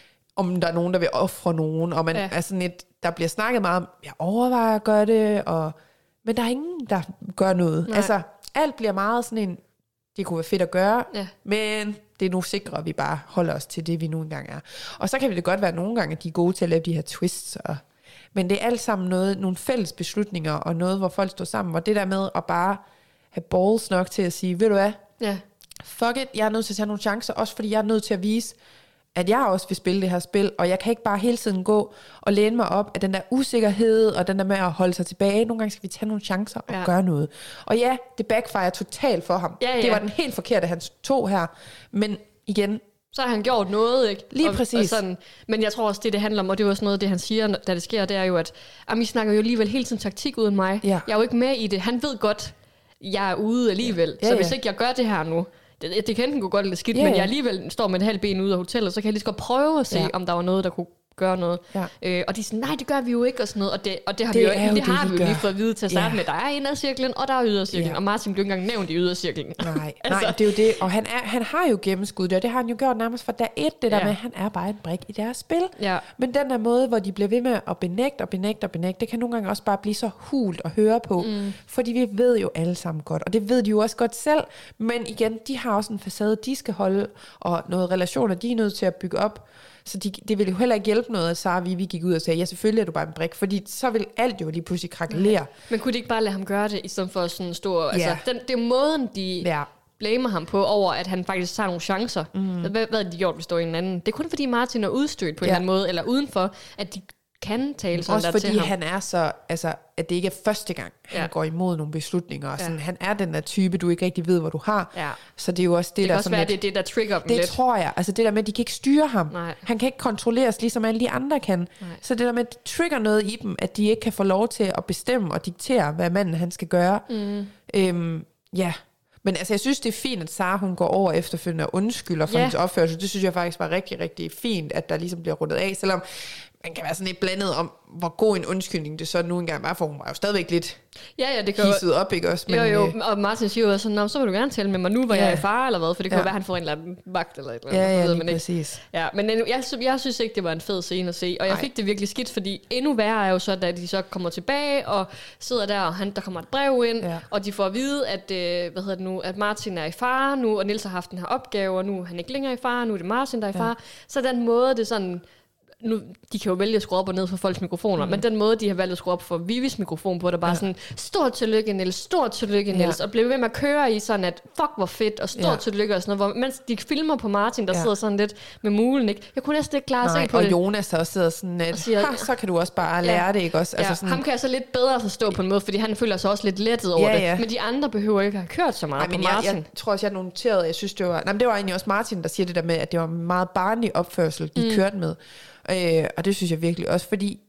om der er nogen, der vil ofre nogen, og man ja. er sådan et, der bliver snakket meget om, jeg overvejer at gøre det, og men der er ingen, der gør noget. Nej. Altså, alt bliver meget sådan en, det kunne være fedt at gøre, ja. men det er nu sikre, at vi bare holder os til det, vi nu engang er. Og så kan det godt være nogle gange, at de er gode til at lave de her twists. Og, men det er alt sammen noget, nogle fælles beslutninger, og noget, hvor folk står sammen. Og det der med at bare have balls nok til at sige, ved du hvad, ja. fuck it, jeg er nødt til at tage nogle chancer, også fordi jeg er nødt til at vise, at jeg også vil spille det her spil, og jeg kan ikke bare hele tiden gå og læne mig op af den der usikkerhed, og den der med at holde sig tilbage. Nogle gange skal vi tage nogle chancer og ja. gøre noget. Og ja, det backfire totalt for ham. Ja, ja. Det var den helt forkerte, han tog her. Men igen, så har han gjort noget, ikke? Lige og, præcis. Og sådan. Men jeg tror også, det det handler om, og det er også noget, det han siger, da det sker, det er jo, at I snakker jo alligevel hele tiden taktik uden mig. Ja. Jeg er jo ikke med i det. Han ved godt, jeg er ude alligevel. Ja, så ja. hvis ikke jeg gør det her nu, Det, det kan enten gå godt eller skidt, ja, ja. men jeg alligevel står med et halvt ben ude af hotellet, så kan jeg lige så godt prøve at se, ja. om der var noget, der kunne gøre noget. Ja. Øh, og de siger, nej, det gør vi jo ikke, og sådan noget. Og det, og det har det vi jo, det, det har vi jo lige fået at vide til at starte ja. med. Der er indercirklen, og der er ydercirklen. Ja. Og Martin blev ikke engang nævnt i ydercirklen. Nej, altså. nej, det er jo det. Og han, er, han har jo gennemskud det, og det har han jo gjort nærmest fra dag et, det der ja. med, han er bare en brik i deres spil. Ja. Men den der måde, hvor de bliver ved med at benægte og benægte og benægte, det kan nogle gange også bare blive så hult at høre på. Mm. Fordi vi ved jo alle sammen godt, og det ved de jo også godt selv. Men igen, de har også en facade, de skal holde, og noget relationer, de er nødt til at bygge op. Så de, det ville jo heller ikke hjælpe noget, at Sara og Vivi gik ud og sagde, ja, selvfølgelig er du bare en brik, fordi så vil alt jo lige pludselig krakelere. Men kunne de ikke bare lade ham gøre det, i stedet for sådan stor... Ja. Altså, den, det er måden, de ja. blamer ham på, over at han faktisk tager nogle chancer. Mm. Hvad, hvad havde de gjort, hvis der var en anden? Det er kun fordi Martin er udstødt på ja. en eller anden måde, eller udenfor, at de kan tale sådan også der fordi til ham. Han er så, altså, at det ikke er første gang, han ja. går imod nogle beslutninger. Og sådan, ja. Han er den der type, du ikke rigtig ved, hvor du har. Ja. Så det er jo også det, det der... Det kan også være, lidt, det er det, der trigger dem det lidt. Det tror jeg. Altså det der med, at de kan ikke styre ham. Nej. Han kan ikke kontrolleres, ligesom alle de andre kan. Nej. Så det der med, at det trigger noget i dem, at de ikke kan få lov til at bestemme og diktere, hvad manden han skal gøre. Mm. Øhm, ja. Men altså, jeg synes, det er fint, at Sara, hun går over efterfølgende og undskylder for yeah. hendes opførsel. Det synes jeg faktisk var rigtig, rigtig fint, at der ligesom bliver rundet af, selvom man kan være sådan lidt blandet om, hvor god en undskyldning det så nu engang var, for hun var jo stadigvæk lidt ja, ja, det kan hisset op, ikke også? Men, jo, jo, og Martin siger jo sådan, så vil du gerne tale med mig nu, var ja. jeg i fare eller hvad, for det kan ja. være, at han får en eller anden vagt eller et eller andet. Ja, ja, ved, men præcis. Ja, men jeg, jeg synes ikke, det var en fed scene at se, og jeg Ej. fik det virkelig skidt, fordi endnu værre er jo så, da de så kommer tilbage og sidder der, og han, der kommer et brev ind, ja. og de får at vide, at, øh, hvad hedder det nu, at Martin er i fare nu, og Niels har haft den her opgave, og nu er han ikke længere i fare, nu er det Martin, der er i fare. Ja. Så den måde, det er sådan... Nu, de kan jo vælge at skrue op og ned for folks mikrofoner, mm. men den måde, de har valgt at skrue op for Vivis mikrofon på, der bare ja. sådan, stort tillykke, Niels, stort tillykke, Niels, ja. og blev ved med at køre i sådan, at fuck, hvor fedt, og stort ja. tillykke og sådan noget, hvor, mens de filmer på Martin, der ja. sidder sådan lidt med mulen, ikke? Jeg kunne næsten ikke klare Nej, at se på og det. Og Jonas der også sidder sådan, at siger, så kan du også bare lære ja. det, ikke også? Altså ja. sådan, ham kan jeg så lidt bedre forstå på en måde, fordi han føler sig også lidt lettet over ja, ja. det, men de andre behøver ikke at have kørt så meget Ej, på Martin. Jeg, jeg tror også, jeg noterede, jeg synes, det var, nej, men det var egentlig også Martin, der siger det der med, at det var meget barnlig opførsel, de mm. kørte med. Øh, og det synes jeg virkelig også, fordi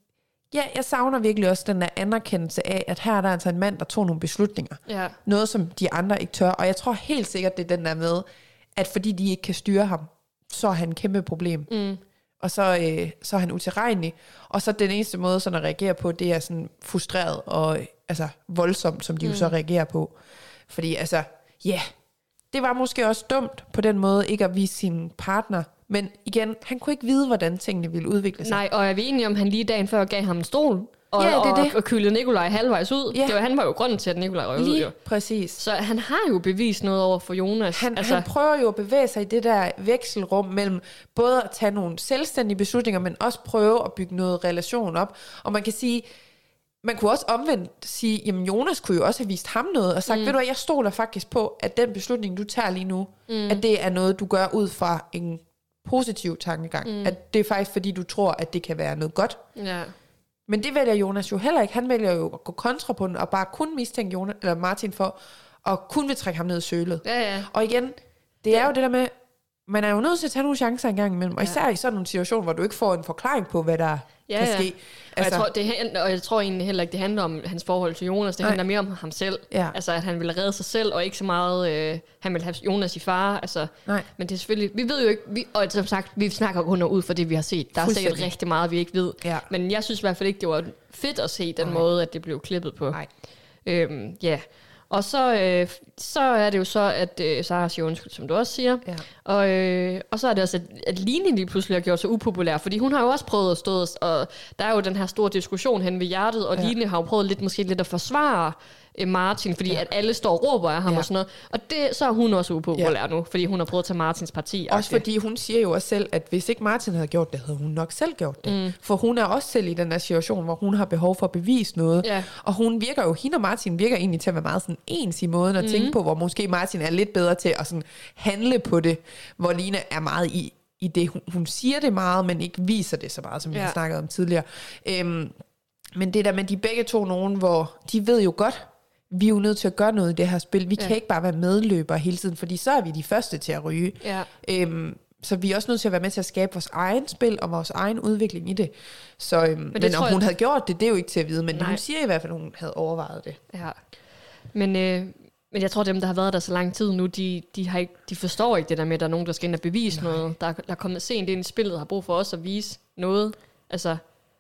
Ja, jeg savner virkelig også den der anerkendelse af, at her er der altså en mand, der tog nogle beslutninger. Ja. Noget, som de andre ikke tør. Og jeg tror helt sikkert, det er den der med, at fordi de ikke kan styre ham, så er han et kæmpe problem. Mm. Og så, øh, så er han utilregnelig. Og så den eneste måde, sådan at reagere på, det er sådan frustreret og altså, voldsomt, som de mm. jo så reagerer på. Fordi altså, ja, yeah, det var måske også dumt på den måde, ikke at vise sin partner. Men igen, han kunne ikke vide, hvordan tingene ville udvikle sig. Nej, og er vi enige om, han lige dagen før gav ham en stol, og, ja, det og, det. og kylede Nikolaj halvvejs ud. Ja. Det var, han var jo grunden til, at Nikolaj røg ud. Jo. Præcis. Så han har jo bevist noget over for Jonas. Han, altså, han prøver jo at bevæge sig i det der vekselrum mellem både at tage nogle selvstændige beslutninger, men også prøve at bygge noget relation op. Og man kan sige, man kunne også omvendt sige, jamen Jonas kunne jo også have vist ham noget, og sagt, mm. ved du hvad, jeg stoler faktisk på, at den beslutning, du tager lige nu, mm. at det er noget, du gør ud fra en positiv tankegang. Mm. At det er faktisk, fordi du tror, at det kan være noget godt. Ja. Men det vælger Jonas jo heller ikke. Han vælger jo at gå kontra på den, og bare kun mistænke Jonas, eller Martin for, at kun vil trække ham ned i sølet. Ja, ja. Og igen, det er jo det der med, man er jo nødt til at tage nogle chancer engang imellem, og især ja. i sådan nogle situationer, hvor du ikke får en forklaring på, hvad der ja, kan ja. ske. Altså, og, jeg altså, tror, det, og jeg tror egentlig heller ikke, det handler om hans forhold til Jonas. Det nej. handler mere om ham selv. Ja. Altså, at han ville redde sig selv, og ikke så meget, øh, han ville have Jonas i fare. Altså, nej. Men det er selvfølgelig, vi ved jo ikke, vi, og som sagt, vi snakker kun ud for det, vi har set. Der er sikkert rigtig meget, vi ikke ved. Ja. Men jeg synes i hvert fald ikke, det var fedt at se den nej. måde, at det blev klippet på. Nej. Øhm, ja. Og så, øh, så er det jo så, at øh, Sara siger undskyld, som du også siger. Ja. Og, øh, og så er det også, at, at Line lige pludselig har gjort sig upopulær, fordi hun har jo også prøvet at stå, og der er jo den her store diskussion hen ved hjertet, og ja. Line har jo prøvet lidt, måske lidt at forsvare øh, Martin, fordi ja. at alle står og råber af ham ja. og sådan noget. Og det, så er hun også upopulær ja. nu, fordi hun har prøvet at tage Martins parti. Også fordi hun siger jo også selv, at hvis ikke Martin havde gjort det, havde hun nok selv gjort det. Mm. For hun er også selv i den her situation, hvor hun har behov for at bevise noget. Ja. Og hun virker jo, hende og Martin virker egentlig til at være meget sådan ens i måden at mm. tænke på, hvor måske Martin er lidt bedre til at sådan handle på det, hvor Line er meget i, i det. Hun, hun siger det meget, men ikke viser det så meget, som vi ja. har snakket om tidligere. Øhm, men det der med de begge to nogen, hvor de ved jo godt, vi er jo nødt til at gøre noget i det her spil. Vi ja. kan ikke bare være medløbere hele tiden, fordi så er vi de første til at ryge. Ja. Øhm, så vi er også nødt til at være med til at skabe vores egen spil og vores egen udvikling i det. Så, øhm, men, men om hun jeg... havde gjort det, det er jo ikke til at vide, men hun siger i hvert fald, at hun havde overvejet det. Ja. Men, øh, men jeg tror, dem, der har været der så lang tid nu, de, de, har ikke, de forstår ikke det der med, at der er nogen, der skal ind og bevise Nej. noget. Der, der er kommet sent ind i spillet, og har brug for os at vise noget. Altså,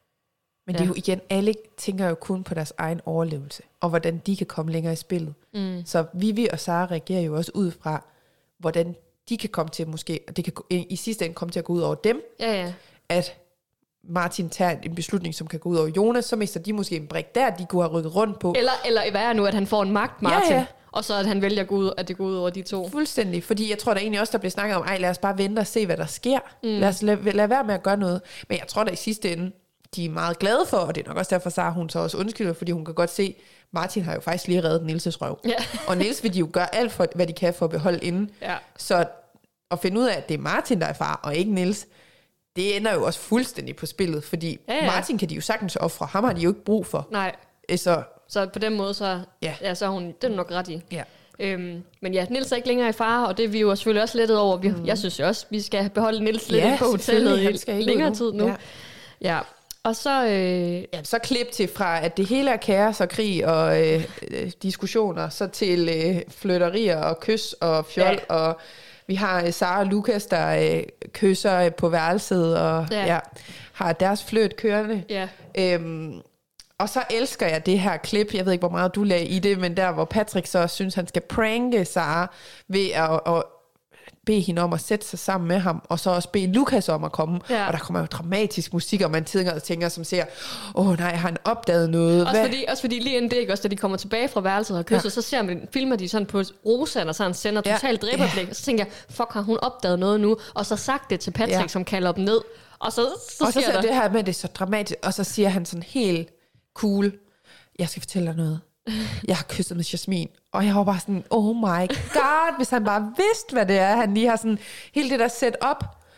men ja. det er jo igen, alle tænker jo kun på deres egen overlevelse, og hvordan de kan komme længere i spillet. Mm. Så Vivi og Sara reagerer jo også ud fra, hvordan de kan komme til måske, og det kan i sidste ende komme til at gå ud over dem, ja, ja. at Martin tager en beslutning, som kan gå ud over Jonas, så mister de måske en brik der, de kunne have rykket rundt på. Eller, eller hvad er nu, at han får en magt, Martin, ja, ja. og så at han vælger at, gå ud, at det går ud over de to. Fuldstændig, fordi jeg tror, der egentlig også, der bliver snakket om, ej, lad os bare vente og se, hvad der sker. Mm. Lad os lade, lade være med at gøre noget. Men jeg tror, der i sidste ende, de er meget glade for, og det er nok også derfor, Sara hun så også undskylder, fordi hun kan godt se, Martin har jo faktisk lige reddet Nielses røv. Ja. Og Niels vil de jo gøre alt for, hvad de kan for at beholde inde. Ja. Så at finde ud af, at det er Martin, der er far, og ikke Niels, det ender jo også fuldstændig på spillet, fordi ja, ja. Martin kan de jo sagtens ofre, ham har de jo ikke brug for. Nej. Så, så på den måde, så, ja. Ja, så er hun, det er nok ret i. Ja. Øhm, men ja, Niels er ikke længere i fare, og det er vi jo selvfølgelig også lettet over. Vi, mm. Jeg synes jo også, vi skal beholde Niels lidt ja, på hotellet i længere tid nu. Ja. Ja. Og så... Øh, ja, så klip til fra, at det hele er kaos og krig og øh, øh, diskussioner, så til øh, flytterier og kys og fjol, ja. Og vi har øh, Sara og Lukas, der øh, kysser øh, på værelset og ja. Ja, har deres fløjt kørende. Ja. Øhm, og så elsker jeg det her klip, jeg ved ikke, hvor meget du lagde i det, men der, hvor Patrick så synes, han skal pranke Sara ved at... at bede hende om at sætte sig sammen med ham, og så også bede Lukas om at komme. Ja. Og der kommer jo dramatisk musik, og man tænker og tænker, som ser, åh oh, nej, har han opdaget noget? Også fordi, også fordi lige inden det, ikke, også da de kommer tilbage fra værelset og kysser, ja. Så ser man, filmer de sådan på Rosa, og så han sender ja. totalt dræberblik, ja. Og så tænker jeg, fuck, har hun opdaget noget nu? Og så sagt det til Patrick, ja. Som kalder dem ned, og så, så, og så siger der det her med, det er så dramatisk, og så siger han sådan helt cool, jeg skal fortælle dig noget. Jeg har kysset med Jasmin, og jeg var bare sådan, oh my god, hvis han bare vidste, hvad det er, han lige har sådan, hele det der set op,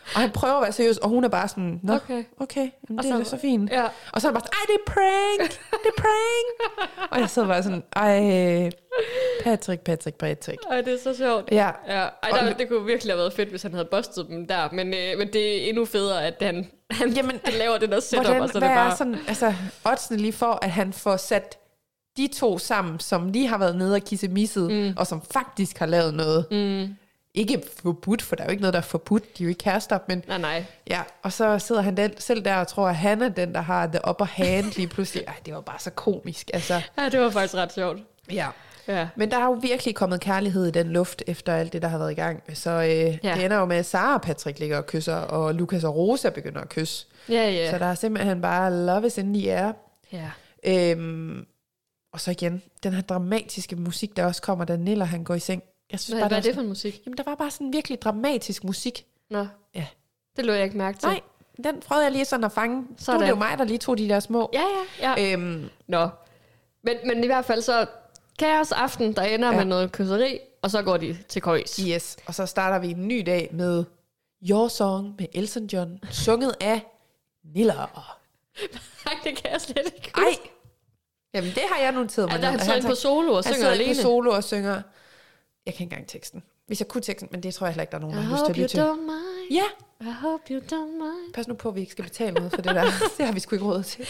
Og han prøver at være seriøs, og hun er bare sådan, nå, okay, okay jamen, det er så fint. Ja. Og så er han bare sådan, ej, det er prank, det er prank. Og jeg sidder bare sådan, ej, Patrick, Patrick, Patrick. Ej, det er så sjovt. Ja. ja. Ej, der, det kunne virkelig have været fedt, hvis han havde bustet dem der, men, øh, men det er endnu federe, at han, han, jamen, han laver det der setup. Hvordan, og så hvad det bare... er sådan, altså, oddsene lige for, at han får sat de to sammen, som lige har været nede og kissemisset, mm. og som faktisk har lavet noget. Mm. Ikke forbudt, for der er jo ikke noget, der er forbudt. De er jo ikke kærester, men... Nej, nej. Ja, og så sidder han den, selv der og tror, at han er den, der har the upper hand lige pludselig. Ej, det var bare så komisk, altså. Ja, det var faktisk ret sjovt. Ja. Ja. Men der er jo virkelig kommet kærlighed i den luft, efter alt det, der har været i gang. Så øh, ja. det ender jo med, at Sara og Patrick ligger og kysser, og Lukas og Rosa begynder at kysse. Ja, ja. Så der er simpelthen bare love is in the air. Ja. Øhm, og så igen, den her dramatiske musik, der også kommer, da Niller han går i seng. Jeg synes hvad bare, hvad er det sådan, for en musik? Jamen, der var bare sådan en virkelig dramatisk musik. Nå, ja. Det lå jeg ikke mærke til. Nej, den prøvede jeg lige sådan at fange. Så er det jo mig, der lige tog de der små. Ja, ja, ja. Øhm. Nå, men, men i hvert fald så kaos aften, der ender ja. med noget kysseri, og så går de til køjs. Yes, og så starter vi en ny dag med Your Song med Elton John, sunget af Niller. Nej, det kan jeg slet ikke. Ej, jamen det har jeg noteret mig. Ja, der han sidder på solo og synger alene. Han sidder på solo og synger. Jeg kan ikke engang teksten. Hvis jeg kunne teksten, men det tror jeg heller ikke, der er nogen, der har lyst til at lytte til. Ja. I hope you don't mind. Pas nu på, at vi ikke skal betale noget for det der. Det har vi sgu ikke råd til.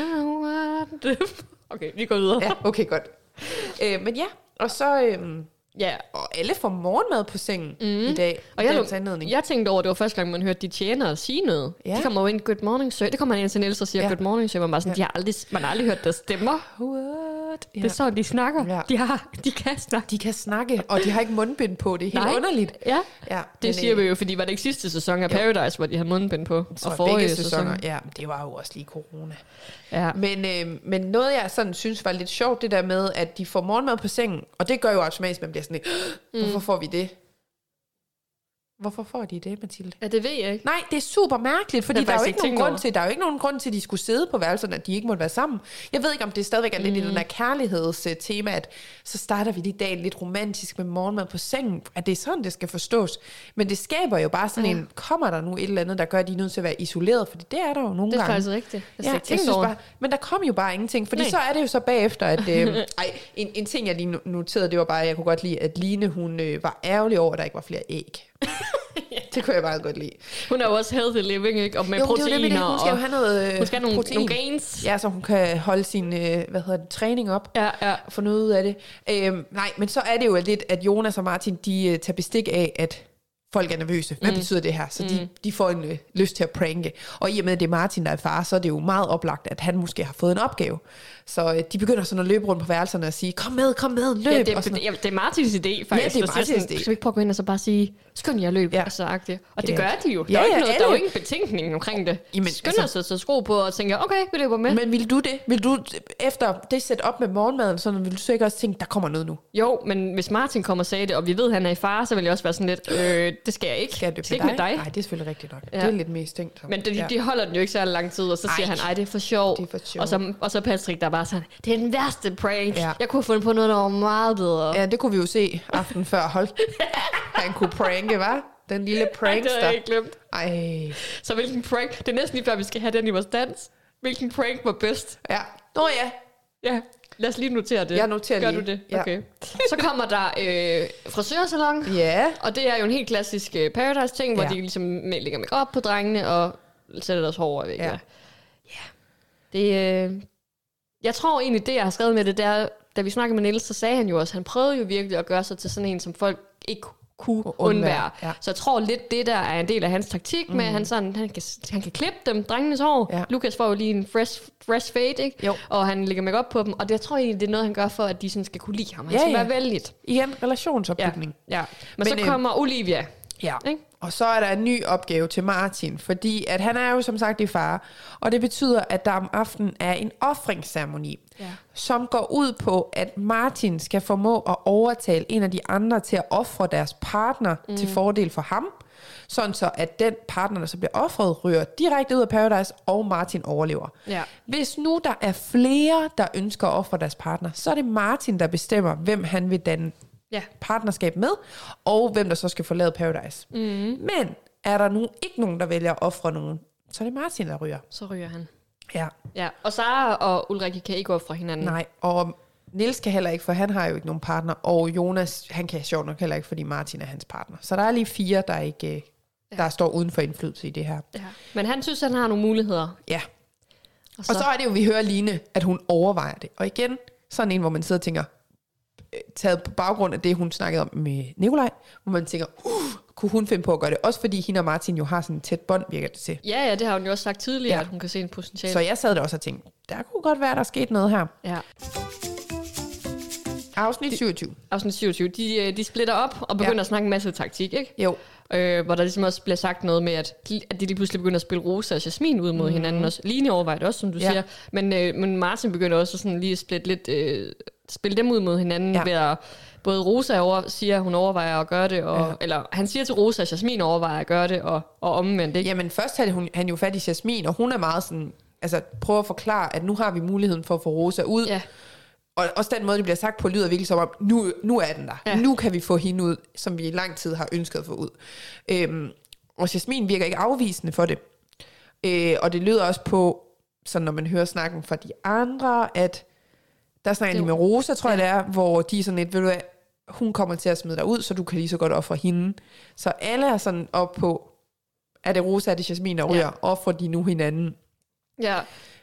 Okay, vi går videre. Ja, okay, godt. Øh, men ja, og så... Øhm, ja. Og alle får morgenmad på sengen mm. i dag. Og jeg, jeg tænkte over, det var første gang, man hørte de tjenere sige noget. Ja. De kommer jo ind, good morning sir. Det kommer man ind til Niels og siger, ja. good morning sir. Man, bare sådan, ja. de har aldrig, man har aldrig hørt deres stemmer. What? Ja. Det er sådan, de snakker. Ja. De, har, de kan snakke. De kan snakke, og de har ikke mundbind på. Det er helt Nej. underligt. Ja, ja det men, siger vi jo, fordi var det ikke sidste sæson af Paradise, hvor de havde mundbind på? Og forrige sæsoner, ja, det var jo også lige corona. Ja. Men, øh, men noget, jeg sådan synes var lidt sjovt, det der med, at de får morgenmad på sengen, og det gør jo automatisk, man bliver sådan lidt, hvorfor får vi det? Hvorfor får de det, Mathilde? Ja, det ved jeg ikke. Nej, det er super mærkeligt, fordi der er, jo ikke nogen grund til, der er jo ikke nogen grund til, at de skulle sidde på værelserne, at de ikke måtte være sammen. Jeg ved ikke, om det stadigvæk er lidt mm. i den der kærlighedstema, at så starter vi lige dagen lidt romantisk med morgenmad på sengen. At det er sådan, det skal forstås. Men det skaber jo bare sådan ja. en, kommer der nu et eller andet, der gør, at de er nødt til at være isoleret? Fordi det er der jo nogle gange. Det er gange. faktisk rigtigt. Jeg ja, jeg synes bare, men der kom jo bare ingenting, fordi Nej. så er det jo så bagefter, at... Øh, ej, en, en ting, jeg lige noterede, det var bare, at jeg kunne godt lide, at Line, hun øh, var ærgerlig over, at der ikke var flere æg. Det kunne jeg bare godt lide. Hun er jo også healthy living, ikke? Og med jo, proteiner. Det det. Hun skal jo have noget Hun skal have nogle, protein. nogle gains. Ja, så hun kan holde sin øh, hvad hedder det, træning op. Ja, ja. Og få noget ud af det. Øhm, nej, men så er det jo lidt, at Jonas og Martin, de øh, tager bestik af, at folk er nervøse. Hvad mm. betyder det her? Så mm. de, de får en øh, lyst til at pranke. Og i og med, at det er Martin, der er far, så er det jo meget oplagt, at han måske har fået en opgave. Så øh, de begynder sådan at løbe rundt på værelserne og sige, kom med, kom med, løb. Ja, det, og sådan. Det, det er Martins idé, faktisk. Ja, det er Martins idé. Skal vi ikke prøve at gå ind og så bare sige, skynd jer at løbe, ja. og så agtigt. Og det ja. gør de jo. Der, ja, er, ikke noget, der er jo ingen betænkning omkring det. Jamen, skynder altså, sig så sko på og tænker, okay, vi løber med. Men vil du det? Vil du efter det sætte op med morgenmaden, sådan, vil du så ikke også tænke, der kommer noget nu? Jo, men hvis Martin kommer og sagde det, og vi ved, at han er i fare, så vil jeg også være sådan lidt, øh, det skal jeg ikke. Skal jeg skal ikke med dig? Nej, det er selvfølgelig rigtigt nok. Ja. Det er lidt mest tænkt. Men de, de holder den jo ikke så lang tid, og så siger ej, han, ej, det er for sjov. Det er for sjov. Og så, og så Patrick, der bare sådan, det er den værste prank. Ja. Jeg kunne have fundet på noget, der var meget bedre. Ja, det kunne vi jo se aften før. Hold. Han kunne pranke, hva'? Den lille prankster. Det har jeg ikke glemt. Ej. Så hvilken prank? Det er næsten lige før, vi skal have den i vores dans. Hvilken prank var bedst? Ja. Nå ja. Ja. Lad os lige notere det. Jeg noterer Gør lige. du det? Ja. Okay. Så kommer der øh, frisørsalon. Ja. Og det er jo en helt klassisk uh, Paradise-ting, hvor ja. de ligesom lægger make-up på drengene og sætter deres hår over væk. Ja. Ja. Det, øh, jeg tror egentlig, det jeg har skrevet med det, der, da vi snakkede med Niels, så sagde han jo også, han prøvede jo virkelig at gøre sig til sådan en, som folk ikke kunne undvære. Ja. Så jeg tror lidt, det der er en del af hans taktik med, mm. at han, sådan, han, kan, han kan klippe dem, drengenes hår. Ja. Lukas får jo lige en fresh, fresh fade, ikke? Jo. Og han lægger make op på dem, og det jeg tror egentlig, det er noget, han gør for, at de sådan skal kunne lide ham. Han ja, skal ja. være vældigt. Igen, relationsopbygning. Ja. ja. Men, Men så kommer øh, Olivia. Ja, ikke? Og så er der en ny opgave til Martin, fordi at han er jo som sagt i fare, og det betyder, at der om aftenen er en ofringsceremoni, ja. som går ud på, at Martin skal formå at overtale en af de andre til at ofre deres partner mm. til fordel for ham, sådan så at den partner, der så bliver offret, ryger direkte ud af Paradise, og Martin overlever. Ja. Hvis nu der er flere, der ønsker at ofre deres partner, så er det Martin, der bestemmer, hvem han vil danne ja. partnerskab med, og hvem der så skal forlade Paradise. Mm. Men er der nu ikke nogen, der vælger at ofre nogen, så er det Martin, der ryger. Så ryger han. Ja. Ja, og Sara og Ulrike kan ikke ofre hinanden. Nej, og Niels kan heller ikke, for han har jo ikke nogen partner, og Jonas, han kan sjovt nok heller ikke, fordi Martin er hans partner. Så der er lige fire, der ikke der ja. står uden for indflydelse i det her. Ja. Men han synes, han har nogle muligheder. Ja. Og så, og så er det jo, vi hører Line, at hun overvejer det. Og igen, sådan en, hvor man sidder og tænker, taget på baggrund af det, hun snakkede om med Nikolaj, hvor man tænker, uh, kunne hun finde på at gøre det? Også fordi hende og Martin jo har sådan et tæt bånd, virker det til. Ja, ja, det har hun jo også sagt tidligere, ja. at hun kan se en potentiale. Så jeg sad der også og tænkte, der kunne godt være, der er sket noget her. Ja. Afsnit syvogtyve. Afsnit syvogtyve. De, de splitter op og begynder ja. at snakke en masse taktik, ikke? Jo. Øh, hvor der ligesom også bliver sagt noget med, at, at de lige pludselig begynder at spille Rosa og Jasmin ud mod mm. hinanden. Også. Line overvejer det også, som du ja. siger. Men, øh, men Martin begynder også sådan lige at splitte lidt, øh, spille dem ud mod hinanden ja. ved at både Rosa over, siger, at hun overvejer at gøre det, og, ja. eller han siger til Rosa, at Jasmin overvejer at gøre det, og, og omvendt, ikke? Jamen først havde hun, han jo fat i Jasmin, og hun er meget sådan, altså prøver at forklare, at nu har vi muligheden for at få Rosa ud. Ja. Og også den måde, det bliver sagt på, lyder virkelig som om, nu, nu er den der. Ja. Nu kan vi få hende ud, som vi i lang tid har ønsket at få ud. Øhm, og Jasmin virker ikke afvisende for det. Øh, og det lyder også på, sådan når man hører snakken fra de andre, at der snakker de med Rosa, tror ja. jeg det er, hvor de er sådan lidt, ved du hvad, hun kommer til at smide dig ud, så du kan lige så godt ofre hende. Så alle er sådan op på, er det Rosa, er det Jasmin, der ryger, ja. offrer de nu hinanden. Ja.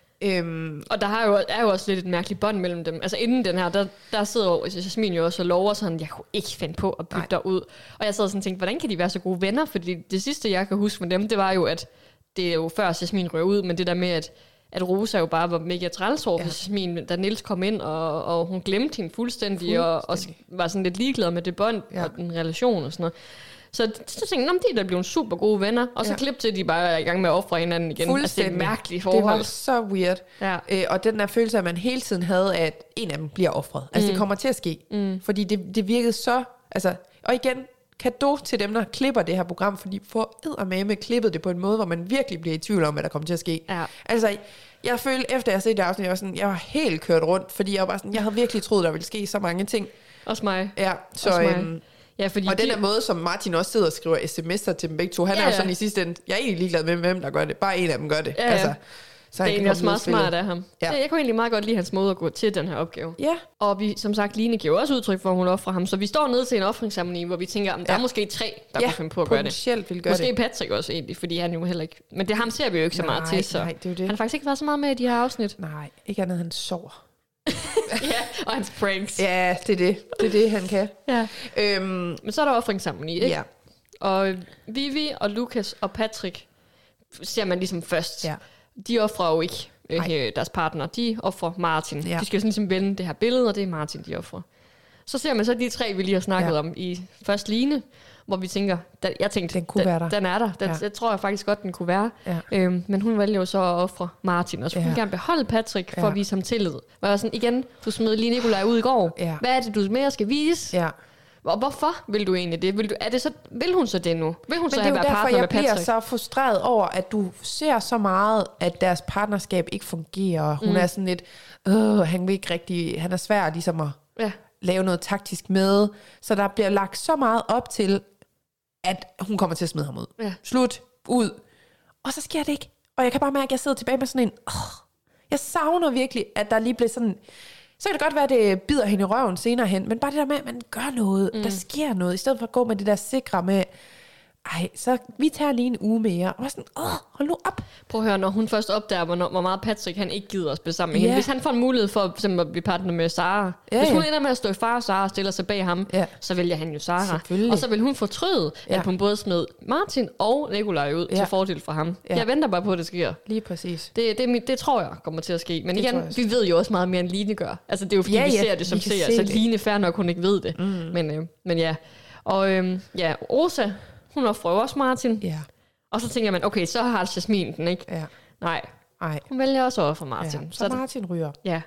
Øhm, og der har jo, er jo også lidt et mærkeligt bånd mellem dem. Altså inden den her, der, der sidder Jasmin jo også og lover sådan, jeg kunne ikke finde på at bytte dig ud. Og jeg sad sådan og tænkte, hvordan kan de være så gode venner? Fordi det sidste, jeg kan huske med dem, det var jo, at det er jo før Jasmin røg ud, men det der med, at, at Rosa jo bare var mega træls over for ja. Jasmin, da Niels kom ind, og, og hun glemte hende fuldstændig, fuldstændig. Og, og var sådan lidt ligeglad med det bånd ja. og den relation og sådan noget. Så, så tænkte jeg, de er der blevet super gode venner, og så ja. klip til, at de bare er i gang med at ofre hinanden igen. Altså, det er et mærkeligt forhold. Det var så weird. Ja. Øh, og den der følelse, at man hele tiden havde, at en af dem bliver offret. Altså, mm. det kommer til at ske. Mm. Fordi det, det virkede så... Altså, og igen, cadeau til dem, der klipper det her program, fordi for eddermame klippet det på en måde, hvor man virkelig bliver i tvivl om, hvad der kommer til at ske. Ja. Altså, jeg følte, efter jeg set det afsnit, jeg var, sådan, jeg var helt kørt rundt, fordi jeg var bare sådan, jeg havde virkelig troet, der ville ske så mange ting. Også mig. Ja, så... Også mig. Øhm, Ja, fordi og de... den der måde, som Martin også sidder og skriver sms'er til dem begge to, han ja, ja. er jo sådan i sidste ende, jeg er egentlig ligeglad med, hvem der gør det, bare en af dem gør det. Ja, ja. Altså, så det er egentlig også meget smart af ham. Ja. Jeg kunne egentlig meget godt lide hans måde at gå til den her opgave. Ja. Og vi, som sagt, Line giver også udtryk for, at hun offrer ham, så vi står nede til en offringsceremoni, hvor vi tænker, at der ja. er måske tre, der ja, kunne finde på at gøre det. Vil gøre måske det. Patrick også egentlig, fordi han jo heller ikke... Men det ham ser vi jo ikke så nej, meget til, så nej, det er det. Han har faktisk ikke været så meget med i de her afsnit. Nej, ikke andet, han sover. Ja, og hans pranks. Ja, det er det. Det er det, han kan. Ja. Øhm, Men så er der offringsceremoni, ikke? Ja. Og Vivi og Lukas og Patrick ser man ligesom først. Ja. De offrer jo ikke øh, deres partner. De offrer Martin. Ja. De skal jo sådan ligesom vende det her billede, og det er Martin, de offrer. Så ser man så de tre, vi lige har snakket ja. om i først Line, hvor vi tænker, da, jeg tænkte, den, kunne da, være der. den er der. Den, ja. Jeg tror jeg faktisk godt, den kunne være. Ja. Øhm, men hun valgte jo så at ofre Martin, og så ja. hun gerne beholde Patrick for ja. at vise ham tillid. Hvor jeg sådan, igen, du smed lige Nikolaj ud i går. Ja. Hvad er det, du mere skal vise? Ja. Og hvorfor vil du egentlig det? Vil, du, er det så, vil hun så det nu? Vil hun men så det have været partner med Patrick? Jeg bliver så frustreret over, at du ser så meget, at deres partnerskab ikke fungerer. Hun mm. er sådan lidt, øh, han vil ikke rigtig, han er svær ligesom at ja. lave noget taktisk med. Så der bliver lagt så meget op til, at hun kommer til at smide ham ud. Ja. Slut, ud. Og så sker det ikke. Og jeg kan bare mærke, at jeg sidder tilbage med sådan en, åh, jeg savner virkelig, at der lige bliver sådan... Så kan det godt være, at det bider hende i røven senere hen, men bare det der med, at man gør noget, mm. der sker noget, i stedet for at gå med det der sikre med, ej, så vi tager lige en uge mere, og sådan, åh, hold nu op. Prøv at høre, når hun først opdager, hvor, hvor meget Patrick, han ikke gider at spille sammen med yeah. hende. Hvis han får en mulighed for for at blive partner med Sara, ja, hvis hun ja. ender med at stå i far og Sara og stiller sig bag ham, ja. så vælger han jo Sara. Og så vil hun fortryde, ja. at hun både smed Martin og Nikolaj ud ja. til fordel for ham. Ja. Jeg venter bare på, at det sker. Lige præcis. Det, det, det tror jeg kommer til at ske. Men det igen, vi ved jo også meget mere, end Line gør. Altså det er jo fordi, ja, vi ser det som ser, se så Line fair nok, hun ikke ved det. Mm. Men, øh, men ja. Og øh, ja, Rosa... Hun offrer også Martin. Ja. Og så tænker man, okay, så har Jasmin den, ikke? Ja. Nej. Ej. Hun vælger også at ofre Martin. Ja, så, så Martin ryger. Ja.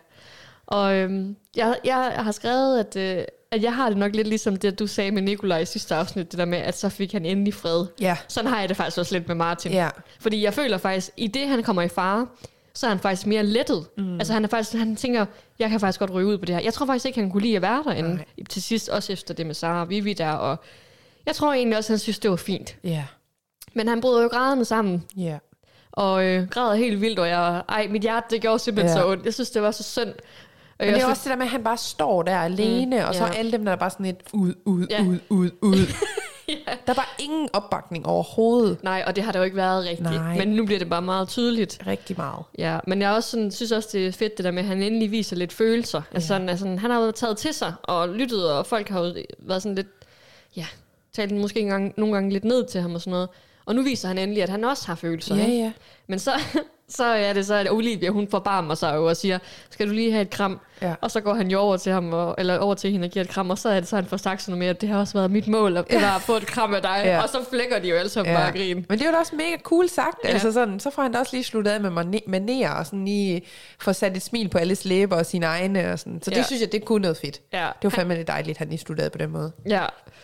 Og øhm, jeg, jeg har skrevet, at, øh, at jeg har det nok lidt ligesom det, du sagde med Nikolaj i sidste afsnit, det der med, at så fik han endelig fred. Ja. Sådan har jeg det faktisk også lidt med Martin. Ja. Fordi jeg føler faktisk, i det han kommer i fare, så er han faktisk mere lettet. Mm. Altså han er faktisk, han tænker, jeg kan faktisk godt ryge ud på det her. Jeg tror faktisk ikke, han kunne lide at være derinde. Nej. Til sidst, også efter det med Sara og Vivi der, og jeg tror egentlig også, han synes, det var fint. Ja. Men han bryder jo grædende sammen. Ja. Yeah. Og øh, græder helt vildt, og jeg, ej, mit hjerte, det gjorde simpelthen yeah. så ondt. Jeg synes, det var så synd. Men det er også det der med, at han bare står der alene, mm, og så yeah. alle dem, der er bare sådan lidt ud, ud, yeah. ud, ud, ud. yeah. Der er bare ingen opbakning overhovedet. Nej, og det har der jo ikke været rigtigt. Nej. Men nu bliver det bare meget tydeligt. Rigtig meget. Ja, men jeg også sådan, synes også, det er fedt, det der med, at han endelig viser lidt følelser. Yeah. Altså, altså, han har jo taget til sig og lyttet, og folk har jo været sådan lidt, ja, talt måske en gang, nogle gange lidt ned til ham og sådan noget. Og nu viser han endelig, at han også har følelser. Ja, ja. Men så, så er det så, at Olivia, hun forbarmer sig jo og siger, skal du lige have et kram? Ja. Og så går han jo over til ham, og, eller over til hende og giver et kram, og så er det så, han får sagt sådan noget mere, at det har også været mit mål, og det var at få et kram af dig. Ja. Og så flækker de jo alle sammen ja. bare grin. Men det er jo også mega cool sagt. Ja. Altså sådan, så får han da også lige sluttet af med manér, og sådan lige får sat et smil på alles læber og sine egne. Og sådan. Så det ja. synes jeg, det kunne noget fedt. Ja. Det var fandme lidt dejligt, at han lige sluttede af på den måde. Ja,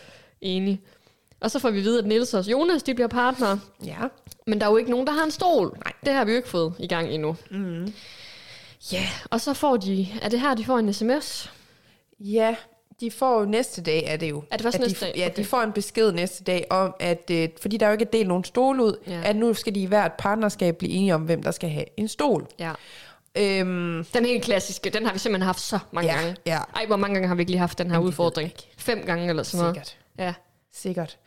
enig. Og så får vi vide, at Niels og Jonas, de bliver partnere. Ja. Men der er jo ikke nogen, der har en stol. Nej. Det har vi jo ikke fået i gang endnu. Mm. Ja, og så får de... Er det her, de får en sms? Ja, de får jo næste dag, er det jo. Er det først næste de, dag? Ja, okay. de får en besked næste dag om, at øh, fordi der jo ikke er delt nogen stol ud, ja. at nu skal de i hvert partnerskab blive enige om, hvem der skal have en stol. Ja. Øhm, den helt klassiske, den har vi simpelthen haft så mange ja, gange. Ja. Ej, hvor mange gange har vi ikke lige haft den her udfordring? Fem gange eller sådan noget. Sikkert. Ja. Sikkert.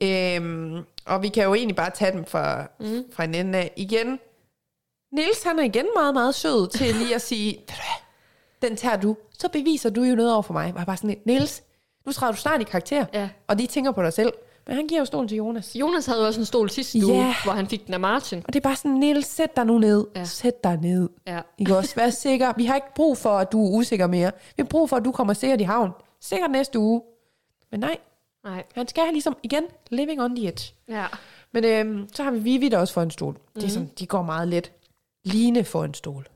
Øhm, og vi kan jo egentlig bare tage dem fra, mm. fra en ende af. Igen, Niels han er igen meget, meget sød til lige at sige, den tager du, så beviser du jo noget over for mig. Var bare sådan lidt, Niels, nu træder du snart i karakter, ja. og de tænker på dig selv. Men han giver jo stolen til Jonas. Jonas havde jo også en stol sidste uge, yeah. hvor han fik den af Martin. Og det er bare sådan, Niels, sæt dig nu ned. Ja. Sæt dig ned. Ja. I kan også være sikker. Vi har ikke brug for, at du er usikker mere. Vi har brug for, at du kommer sikkert i havn. Sikkert næste uge. Men nej. Nej. Han skal have ligesom, igen, living on the edge. Ja. Men øhm, så har vi Vivi, der også får en stol. Mm. Det er sådan, de går meget let. Line får en stol.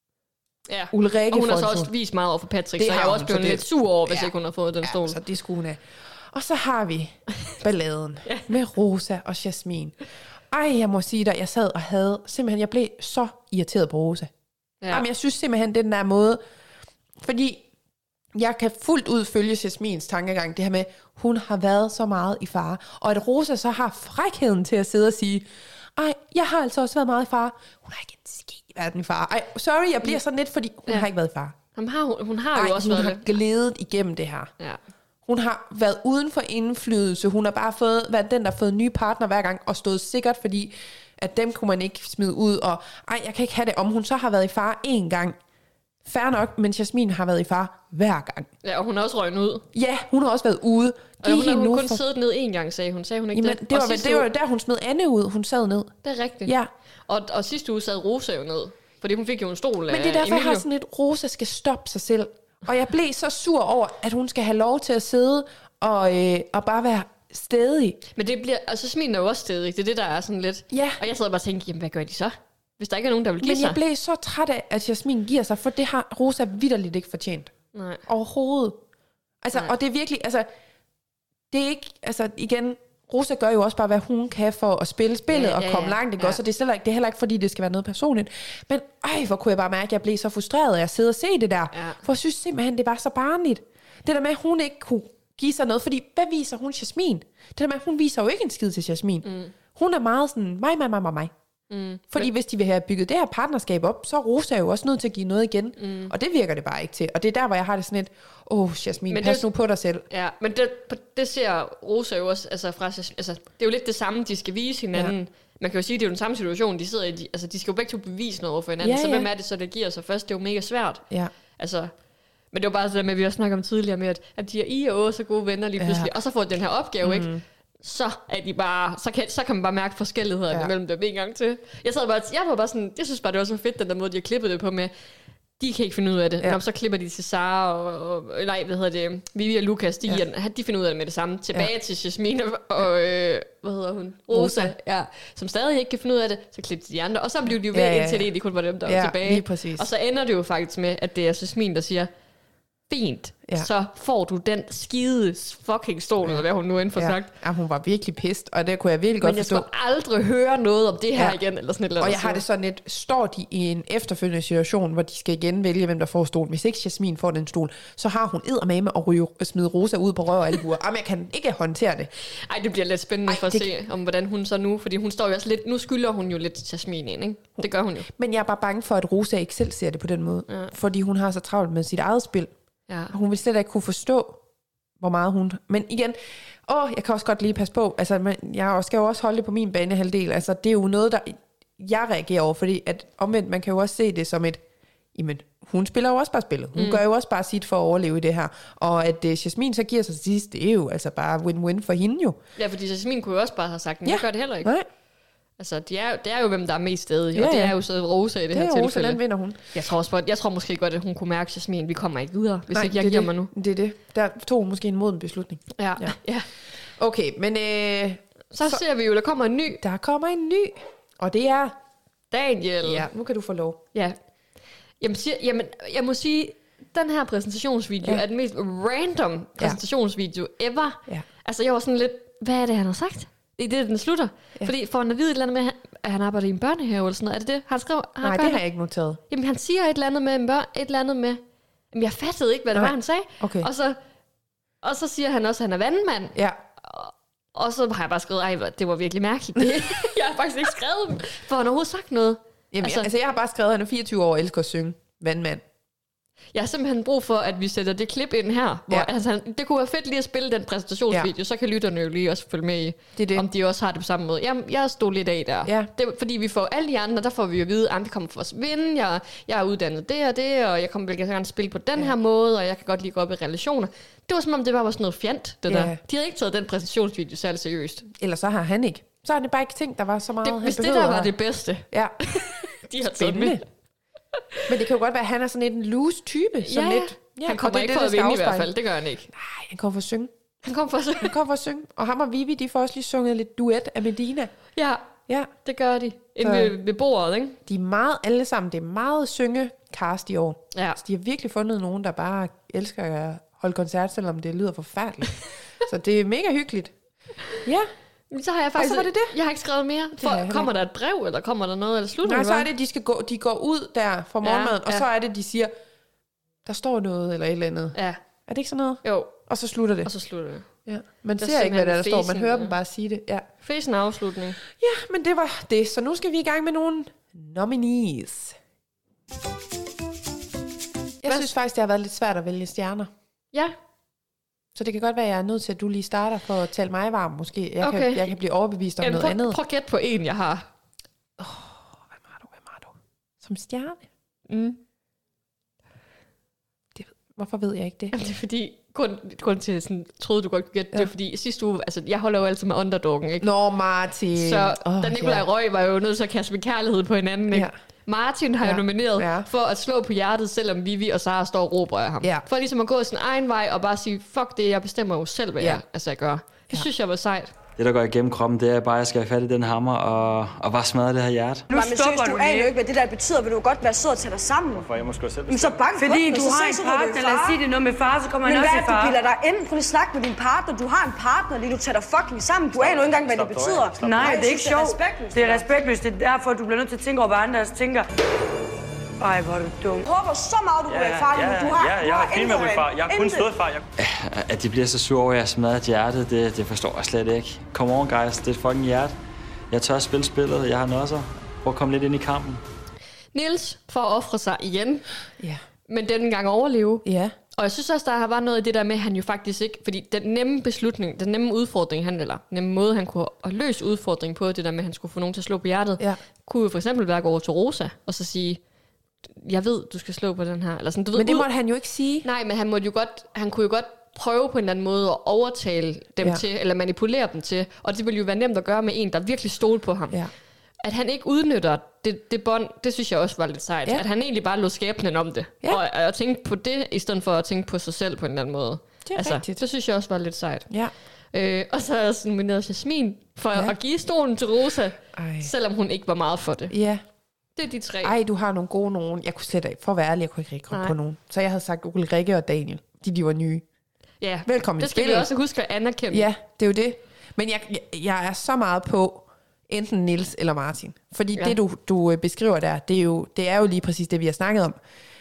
Ja. Ulrikke og hun har så også vist meget over for Patrick, det så jeg er også blevet lidt sur over, hvis ja. ikke hun har fået den ja, stol. Så det skulle hun have. Og så har vi balladen ja. med Rosa og Jasmin. Ej, jeg må sige dig, jeg sad og havde, simpelthen, jeg blev så irriteret på Rosa. Ja. Jamen, jeg synes simpelthen, den der måde, fordi jeg kan fuldt ud følge Jasmins tankegang, det her med, hun har været så meget i fare, og at Rosa så har frækheden til at sidde og sige, ej, jeg har altså også været meget i fare. Hun har ikke en ski været i fare. Ej, sorry, jeg bliver sådan lidt, fordi hun ja. har ikke været i fare. Jamen, har hun, hun har ej, jo også hun været har det. glædet igennem det her. Ja. Hun har været uden for indflydelse. Hun har bare fået, været den, der har fået nye partner hver gang, og stået sikkert, fordi at dem kunne man ikke smide ud. Og ej, jeg kan ikke have det, om hun så har været i fare én gang. Fair nok, men Jasmin har været i fare hver gang. Ja, og hun har også røgnet ud. Ja, hun har også været ude. Og hun har hun kun for... siddet ned én gang, sagde hun. Sagde hun ikke Jamen, det? Det var, vel, det var jo der, hun smed Anne ud. Hun sad ned. Det er rigtigt. Ja. Og, og sidste uge sad Rosa jo ned. Fordi hun fik jo en stol af Men det er derfor, jeg har sådan lidt, Rosa skal stoppe sig selv. Og jeg blev så sur over, at hun skal have lov til at sidde og, øh, og bare være stædig. Men det bliver, altså Jasmin er jo også stædig. Det er det, der er sådan lidt. Ja. Og jeg sad bare og tænkte, jamen hvad gør de så? Hvis der ikke er nogen, der vil give sig. Men jeg blev så træt af, at Jasmin giver sig, for det har Rosa vitterligt ikke fortjent. Nej. Overhovedet. Altså, Nej. Og det er virkelig, altså, det er ikke, altså igen, Rosa gør jo også bare, hvad hun kan for at spille spillet ja, og komme ja, langt, ikke ja. også? Og det er, ikke, det er heller ikke, fordi det skal være noget personligt. Men ej, hvor kunne jeg bare mærke, at jeg blev så frustreret af at sidde og se det der. Ja. For jeg synes simpelthen, det var så barnligt. Det der med, at hun ikke kunne give sig noget, fordi hvad viser hun Jasmin? Det der med, at hun viser jo ikke en skid til Jasmin. Mm. Hun er meget sådan, mig, mig, mig, mig, mig. Mm. Fordi hvis de vil have bygget det her partnerskab op, så er Rosa jo også nødt til at give noget igen. Mm. Og det virker det bare ikke til. Og det er der, hvor jeg har det sådan et, åh, oh, Jasmin, men pas det, nu på dig selv. Ja, men det, det ser Rosa jo også, altså, fra, altså det er jo lidt det samme, de skal vise hinanden. Ja. Man kan jo sige, det er jo den samme situation, de sidder i. De, altså, de skal jo begge to bevise noget over for hinanden. Ja, så ja. Hvem er det så, der giver sig først? Det er jo mega svært. Ja. Altså, men det var bare det med, at vi også snakkede om tidligere med, at, at de er I og Å så gode venner lige pludselig. Ja. Og så får de den her opgave, mm. ikke? Så er de bare, så kan, så kan man bare mærke forskellighederne ja. mellem dem en gang til. Jeg sad bare, jeg var bare sådan, jeg synes bare, det var så fedt, den der måde, de har klippet det på med, de kan ikke finde ud af det. Ja. Nå, så klipper de til Sara og, og, nej, hvad hedder det, Vivi og Lukas, de, ja. de finder ud af det med det samme. Tilbage ja. til Jasmin og, øh, hvad hedder hun? Rosa, Rosa. Ja, som stadig ikke kan finde ud af det, så klipper de de andre, og så bliver de jo ved, ja, ja, ja. indtil det egentlig kun var dem, der ja, var tilbage. Og så ender det jo faktisk med, at det er Jasmin, der siger, fint, ja. så får du den skide fucking stol, ja. eller hvad hun nu end får ja. sagt. Ja, hun var virkelig pissed, og det kunne jeg virkelig godt forstå. Men jeg skal aldrig høre noget om det her ja. igen, eller sådan et eller andet. Og jeg så. har det sådan lidt, står de i en efterfølgende situation, hvor de skal igen vælge, hvem der får stolen. Hvis ikke Jasmin får den stol, så har hun eddermame at ryge, smide Rosa ud på røv og albuer. Jamen, jeg kan ikke håndtere det. Ej, det bliver lidt spændende Ej, for at det... se, om hvordan hun så nu, fordi hun står jo også lidt, nu skylder hun jo lidt Jasmin ind, ikke? Det gør hun jo. Men jeg er bare bange for, at Rosa ikke selv ser det på den måde, ja. fordi hun har så travlt med sit eget spil. Ja. Hun vil slet ikke kunne forstå, hvor meget hun... Men igen, åh, jeg kan også godt lige passe på. Altså, men jeg skal jo også holde det på min banehalvdel. Altså, det er jo noget, der jeg reagerer over, fordi at omvendt, man kan jo også se det som et... Jamen, hun spiller jo også bare spillet. Hun mm. gør jo også bare sit for at overleve i det her. Og at uh, Jasmin så giver sig til sidst, det er jo altså bare win-win for hende jo. Ja, fordi Jasmin kunne jo også bare have sagt, men ja. jeg gør det heller ikke. Nej. Altså, det er, det er jo, hvem der er mest stedig, ja, og det er jo så Rosa i det, det her tilfælde. Det er Rosa, den vinder hun. Jeg tror, også, jeg tror måske godt, at hun kunne mærke, Jasmin, vi kommer ikke videre, hvis Nej, ikke jeg giver det. mig nu. Det er det. Der tog hun måske en moden beslutning. Ja, ja. ja. Okay, men... Øh, så, så ser vi jo, der kommer en ny. Der kommer en ny, og det er... Daniel. Ja, nu kan du få lov. Ja. Jamen, siger, jamen jeg må sige, den her præsentationsvideo ja. er den mest random præsentationsvideo ja. ever. Ja. Altså, jeg var sådan lidt, hvad er det, han har sagt? Det er det, den slutter. Ja. Fordi for han at vide et eller andet med, at han arbejder i en børnehave eller sådan noget. Er det det, han skrev? Han Nej, det har jeg ikke noteret. Jamen, han siger et eller andet med, børn, et eller andet med, jamen, jeg fattede ikke, hvad det Nej. var, han sagde. Okay. Og så, og så siger han også, at han er vandmand. Ja. Og, og så har jeg bare skrevet, ej, det var virkelig mærkeligt. Det, jeg har faktisk ikke skrevet, for han har overhovedet sagt noget. Jamen, altså, altså, jeg har bare skrevet, at han er fireogtyve år og elsker at synge. Vandmand. Jeg har simpelthen brug for, at vi sætter det klip ind her. Hvor, ja. altså, det kunne være fedt lige at spille den præsentationsvideo, ja. så kan lytterne jo lige også følge med i, det det. om de også har det på samme måde. Jamen, jeg stod lidt af der. Ja. Det, fordi vi får alle de andre, der får vi jo at vide, at vi kommer for at vinde, jeg, jeg er uddannet det og det, og jeg kommer vel gerne spille på den ja. her måde, og jeg kan godt lige gå op i relationer. Det var som om, det bare var sådan noget fjant, det ja. der. De havde ikke taget den præsentationsvideo særlig seriøst. Eller så har han ikke. Så har han bare ikke tænkt, der var så meget, det, Hvis det der var det bedste. Ja. de har taget med. Men det kan jo godt være, at han er sådan en loose type. Som ja, lidt, ja, han kommer ikke for at vinde i hvert fald. Det gør han ikke. Nej, han kommer for at synge. Han kommer for at synge. Han kommer for at synge. Og ham og Vivi, de får også lige sunget lidt duet af Medina. Ja, ja. det gør de. Inde ved, ved bordet, ikke? De er meget, alle sammen, det er meget synge-cast i år. Ja. Så de har virkelig fundet nogen, der bare elsker at holde koncert, selvom det lyder forfærdeligt. Så det er mega hyggeligt. Ja. Så har jeg faktisk, og så var det det. Jeg har ikke skrevet mere. For, kommer der et brev, eller kommer der noget, eller slutter? Nej, så er det, de skal gå, de går ud der fra morgenmaden, ja, ja. og så er det, de siger, der står noget, eller et eller andet. Ja. Er det ikke sådan noget? Jo. Og så slutter det. Og så slutter det. Ja. Man der ser ikke, hvad der, der står, man hører ja. dem bare sige det. Ja. Fæsen afslutning. Ja, men det var det. Så nu skal vi i gang med nogle nominees. Jeg hvad? synes faktisk, det har været lidt svært at vælge stjerner. Ja. Så det kan godt være, at jeg er nødt til, at du lige starter for at tale mig varm, måske. Jeg, okay. kan, jeg kan blive overbevist om ja, noget prøv, andet. Prøv at gætte på en, jeg har. Åh, oh, hvem har du, hvem har du? Som stjerne? Mm. Det, hvorfor ved jeg ikke det? Jamen, det er fordi, grund, grund til, sådan, troede du godt kunne gætte ja. det, fordi sidste uge, altså jeg holder jo altid med underdoggen, ikke? Nå, Martin. Så oh, da Nikolaj ja. Røg var jo nødt til at kaste med kærlighed på hinanden, ikke? Ja. Martin har ja. jo nomineret ja. for at slå på hjertet, selvom Vivi og Sara står og råber af ham. Ja. For ligesom at gå sin egen vej og bare sige, fuck det, jeg bestemmer jo selv, hvad ja. jeg, altså, jeg gør. Det ja. synes jeg var sejt. Det, der går igennem kroppen, det er bare, at jeg skal have fat i den hammer og, og bare smadre det her hjerte. Nu stopper du, du aner jo ikke, hvad det der betyder. Vil du godt være sød og tage dig sammen? Hvorfor? Jeg må sgu selv bestemme. Så bank Fordi på, du har en partner, lad os sige det noget med far, så kommer han også i far. Men hvad er du piller dig ind? Prøv lige at snakke med din partner. Du har en partner, lige du tager dig fucking sammen. Du aner jo ikke engang, hvad det betyder. Nej, det er ikke sjovt. Det er respektløst. Det er derfor, du bliver nødt til at tænke over, hvad andre tænker. Ej, hvor er du dum. Jeg håber så meget, du kunne være far, men du har Ja, jeg har fint med at være far. Jeg har kun stået far. At de bliver så sure over, at jeg smadrer hjertet, det, det forstår jeg slet ikke. Come on, guys. Det er et fucking hjerte. Jeg tør at spille spillet. Jeg har nosser. Prøv at komme lidt ind i kampen. Niels får at ofre sig igen. Ja. Men denne gang overleve. Ja. Og jeg synes også, der har været noget i det der med, at han jo faktisk ikke... Fordi den nemme beslutning, den nemme udfordring, han, eller nemme måde, han kunne have løst udfordringen på, det der med, at han skulle få nogen til at slå på hjertet, ja. kunne jo for eksempel være at gå over til Rosa, og så sige... Jeg ved, du skal slå på den her. Eller sådan, du ved, men det måtte han jo ikke sige. Nej, men han, måtte jo godt, han kunne jo godt prøve på en eller anden måde at overtale dem ja. til, eller manipulere dem til. Og det ville jo være nemt at gøre med en, der virkelig stod på ham. Ja. At han ikke udnytter det, det bånd, det synes jeg også var lidt sejt. Ja. At han egentlig bare lå skæbnen om det. Ja. Og, og tænke på det, i stedet for at tænke på sig selv på en eller anden måde. Det er altså, rigtigt. Det synes jeg også var lidt sejt. Ja. Øh, og så har jeg også nomineret Jasmin for ja. at give stolen til Rosa, Ej. selvom hun ikke var meget for det. Ja. Det er de tre. Ej, du har nogle gode nogen. Jeg kunne slet ikke, for at være ærlig, jeg kunne ikke rigtig komme Nej. på nogen. Så jeg havde sagt Ulrikke og Daniel. De, de var nye. Ja, Velkommen det i skal spillet. vi også huske at anerkende. Ja, det er jo det. Men jeg, jeg, jeg er så meget på enten Niels eller Martin. Fordi Ja. det, du, du beskriver der, det er, jo, det er jo lige præcis det, vi har snakket om.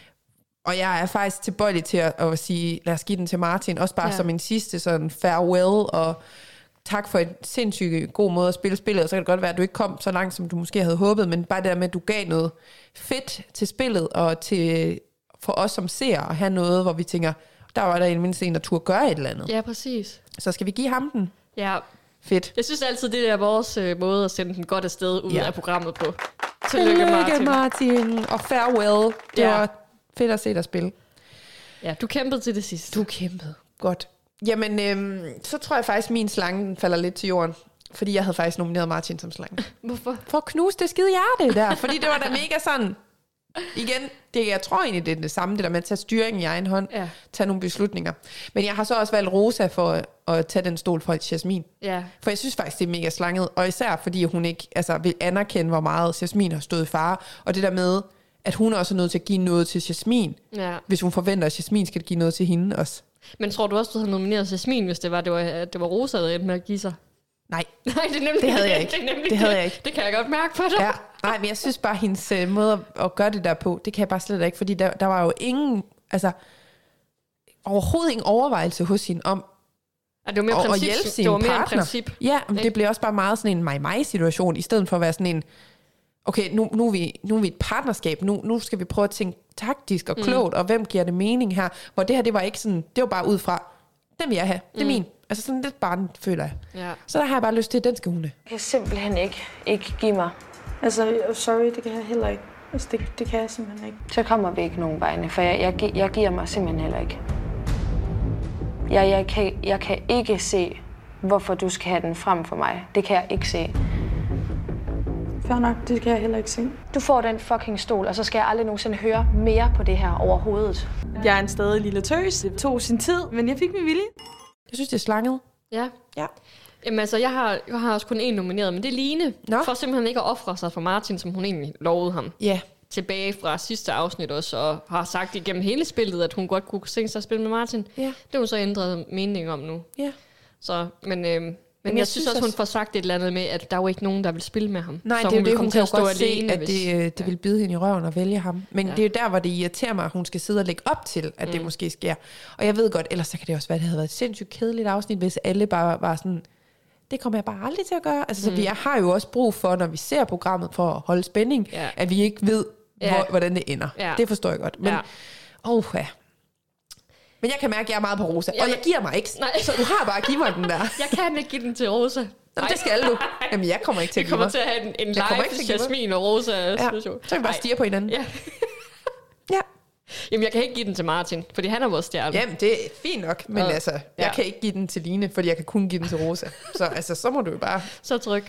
Og jeg er faktisk tilbøjelig til at, at sige, lad os give den til Martin. Også bare Ja. ja. som en sidste sådan farewell og tak for en sindssygt god måde at spille spillet. Og så kan det godt være, at du ikke kom så langt, som du måske havde håbet. Men bare det der med, at du gav noget fedt til spillet og til, for os som ser at have noget, hvor vi tænker, der var der i det mindste en, der turde gøre et eller andet. Ja, præcis. Så skal vi give ham den? Ja, Fedt. jeg synes altid, det er vores øh, måde at sende den godt afsted ud Ja. af programmet på. Tillykke, Martin. Martin. Og farewell. Det Ja. ja. var fedt at se dig spille. Ja, du kæmpede til det sidste. Du kæmpede. Godt. Jamen, øhm, så tror jeg faktisk, at min slange den falder lidt til jorden. Fordi jeg havde faktisk nomineret Martin som slange. Hvorfor? For at knuse det skide hjerte der. Fordi det var da mega sådan... Igen, det, jeg tror egentlig, det er det samme, det der med at tage styringen i egen hånd. Ja. Tage nogle beslutninger. Men jeg har så også valgt Rosa for at, at tage den stol for Jasmin. Ja. For jeg synes faktisk, det er mega slanget. Og især fordi hun ikke altså, vil anerkende, hvor meget Jasmin har stået i fare. Og det der med, at hun er også nødt til at give noget til Jasmin. Ja. Hvis hun forventer, at Jasmin skal give noget til hende også. Men tror du også, du havde nomineret Jasmin, hvis det var, det var, at det var Rosa, der endte med at give sig? Nej. Nej, det er nemlig Det havde jeg ikke. Det, er nemlig Det havde jeg ikke. Det kan jeg godt mærke på dig. Ja, nej, men jeg synes bare, hendes øh, måde at, at gøre det der på, det kan jeg bare slet ikke, fordi der, der var jo ingen, altså overhovedet ingen overvejelse hos hende om Ja, det var mere at, at princip. hjælpe sin det var mere partner. en princip. Ja, men ikke? det blev også bare meget sådan en mig-mig-situation, i stedet for at være sådan en, okay, nu, nu, er, vi, nu er vi et partnerskab, nu, nu skal vi prøve at tænke taktisk og klogt, mm. og hvem giver det mening her, hvor det her, det var ikke sådan, det var bare ud fra, den vil jeg have, det er mm. min. Altså sådan lidt barn, føler jeg. Ja. Så der har jeg bare lyst til, at den skal hun have. Jeg kan simpelthen ikke, ikke give mig. Altså, sorry, det kan jeg heller ikke. Altså, det, det kan jeg simpelthen ikke. Så kommer vi ikke nogen vegne, for jeg, jeg, jeg giver mig simpelthen heller ikke. Jeg, jeg, kan, jeg kan ikke se, hvorfor du skal have den frem for mig. Det kan jeg ikke se. Fair nok, det kan jeg heller ikke se. Du får den fucking stol, og så skal jeg aldrig nogensinde høre mere på det her overhovedet. Jeg er en stadig lille tøs. Det tog sin tid, men jeg fik min vilje. Jeg synes, det er slanget. Ja. Ja. Jamen altså, jeg har, jeg har også kun én nomineret, men det er Line. Nå. For simpelthen ikke at ofre sig for Martin, som hun egentlig lovede ham. Ja. Tilbage fra sidste afsnit også, og har sagt igennem hele spillet, at hun godt kunne tænke sig at spille med Martin. Ja. Det har hun så ændret mening om nu. Ja. Så, men, øh, men jeg, jeg jeg synes synes også, hun også- får sagt et eller andet med, at der er jo ikke nogen, der vil spille med ham. Nej, så det er jo vil det, komme hun til kan at jo stå godt se, alene, at hvis- det, øh, det vil bide hende i røven og vælge ham. Men Ja. det er jo der, hvor det irriterer mig, at hun skal sidde og lægge op til, at mm. det måske sker. Og jeg ved godt, ellers så kan det også være, at det havde været et sindssygt kedeligt afsnit, hvis alle bare var sådan, det kommer jeg bare aldrig til at gøre. Altså, mm. så vi har jo også brug for, når vi ser programmet for at holde spænding, Ja. at vi ikke ved, Ja. hvor, hvordan det ender. Ja. Det forstår jeg godt. Men, Ja. oh, ja. Men jeg kan mærke, at jeg er meget på Rosa. Og Jamen- jeg giver mig ikke. Nej. Så du har bare at give mig den der. Jeg kan ikke give den til Rosa. Jamen, det skal du. Jamen, jeg kommer ikke til Vi at give kommer mig. til at have en, en Jeg kommer ikke live til at give mig. Jasmin og Rosa Ja. situation. Så kan vi bare Ej. stirre på hinanden. Ja. Ja. Jamen, jeg kan ikke give den til Martin, fordi han er vores stjerne. Jamen, det er fint nok, men Og- altså, jeg ja. kan ikke give den til Line, fordi jeg kan kun give den til Rosa. Så altså, så må du jo bare... Så tryk.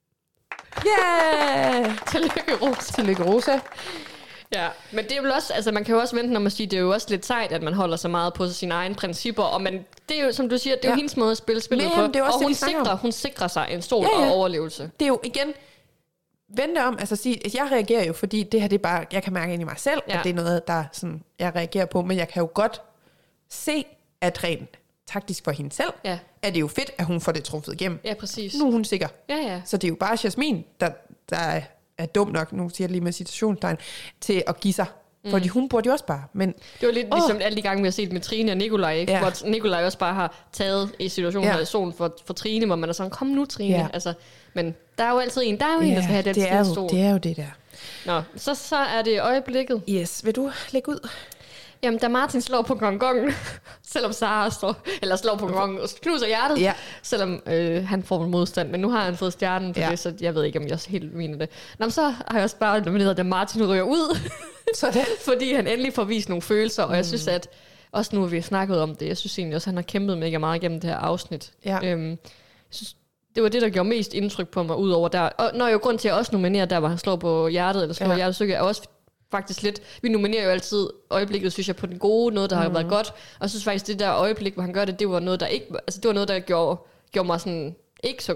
Yeah! Tillykke, Rosa. Tillykke, Rosa. Ja, men det er jo også, altså man kan jo også vente, når man siger, det er jo også lidt sejt, at man holder så meget på sine egne principper, og man, det er jo, som du siger, det er jo Ja. hendes måde at spille spillet Men på, det er også og det, hun vi snakker om. sikrer, hun sikrer sig en stol Ja, ja. og overlevelse. Det er jo igen... Vente om, altså sige, at jeg reagerer jo, fordi det her, det er bare, jeg kan mærke ind i mig selv, Ja. at det er noget, der sådan, jeg reagerer på, men jeg kan jo godt se, at rent taktisk for hende selv, Ja. er det jo fedt, at hun får det truffet igennem. Ja, præcis. Nu er hun sikker. Ja, ja. Så det er jo bare Jasmin, der, der er, er dum nok, nu siger jeg lige med citationstegn, til at give sig. Mm. Fordi hun burde jo også bare, men... Det var lidt Åh. ligesom alle de gange, vi har set med Trine og Nikolaj, ikke? Ja. Hvor Nikolaj også bare har taget i situationen Ja. ja. solen for, for Trine, hvor man er sådan, kom nu Trine. Ja. Altså, men der er jo altid en, der er jo en, der skal have den det er, skide jo, stol. det er jo det der. Nå, så, så er det øjeblikket. Yes, vil du lægge ud? Jamen, da Martin slår på gongongen, selvom Sara står, eller slår på gongongen og knuser hjertet, Ja. selvom øh, han får en modstand, men nu har han fået stjernen for Ja. det, så jeg ved ikke, om jeg helt mener det. Nå, men så har jeg også bare nomineret, da Martin ryger ud, Sådan. fordi han endelig får vist nogle følelser, og jeg synes, at også nu har vi snakket om det, jeg synes egentlig også, at han har kæmpet mega meget gennem det her afsnit. Ja. Øhm, jeg synes, det var det, der gjorde mest indtryk på mig, udover der. Og når jeg jo grund til at også nominere der, hvor han slår på hjertet, eller slår Ja. ja. hjertestykke, er også faktisk lidt, vi nominerer jo altid øjeblikket, synes jeg, på den gode, noget, der mm. har været godt. Og jeg synes faktisk, det der øjeblik, hvor han gør det, det var noget, der ikke, altså det var noget, der gjorde, gjorde mig sådan, ikke så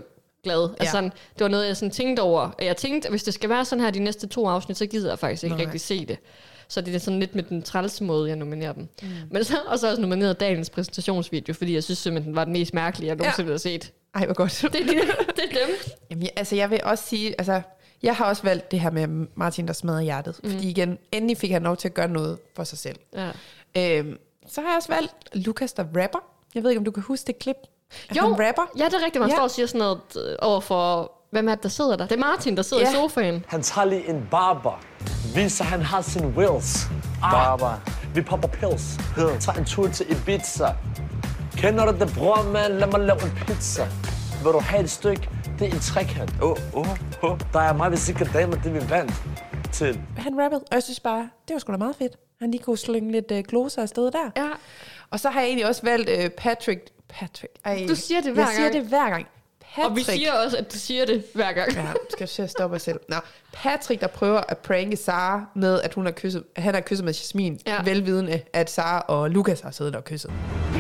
glad. Ja. Altså sådan, det var noget, jeg sådan tænkte over. Jeg tænkte, at hvis det skal være sådan her de næste to afsnit, så gider jeg faktisk ikke Nej. rigtig se det. Så det er sådan lidt med den trælse måde, jeg nominerer dem. Mm. Men så og så også nomineret dagens præsentationsvideo, fordi jeg synes simpelthen, den var den mest mærkelige, jeg nogensinde ja. har set. Ej, hvor godt. Det er, de, det er dem. Jamen, jeg, altså, jeg vil også sige, altså, jeg har også valgt det her med Martin, der smadrer hjertet. Mm. Fordi igen, endelig fik han lov til at gøre noget for sig selv. Ja. Øhm, så har jeg også valgt Lukas, der rapper. Jeg ved ikke, om du kan huske det klip. Jo, han rapper. Ja, det er rigtigt. Man ja. står og siger sådan noget øh, over for... Hvem er det, der sidder der? Det er Martin, der sidder ja. i sofaen. Han tager lige en barber. Viser, han har sin wills. Ah, barber. Vi popper pills. Hmm. Tager en tur til Ibiza. Kender du det, bror, mand? Lad mig lave en pizza. Vil du have et stykke? Det er en trekant. Åh, oh, åh, oh, oh. Der er mig, hvis ikke damer, det vi vandt til. Han rappede, og jeg synes bare, det var sgu da meget fedt. Han lige kunne slynge lidt uh, gloser afsted der. Ja. Og så har jeg egentlig også valgt uh, Patrick. Patrick. Ej, du siger det hver jeg gang. Jeg siger det hver gang. Patrick. Og vi siger også, at du siger det hver gang. Ja, skal jeg stoppe os selv. Nå, Patrick, der prøver at pranke Sara med, at hun har kysset, han har kysset med Jasmin, ja. velvidende, at Sara og Lukas har siddet og kysset.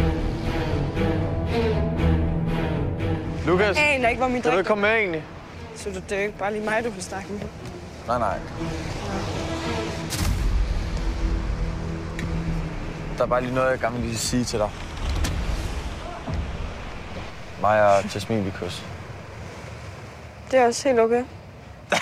Lukas, jeg aner ikke, hvor min kan du ikke komme med egentlig? Så det er jo ikke bare lige mig, du vil snakke med. Nej, nej. Der er bare lige noget, jeg gerne vil lige sige til dig. Mig og Jasmin, vi kysser. Det er også helt okay. Det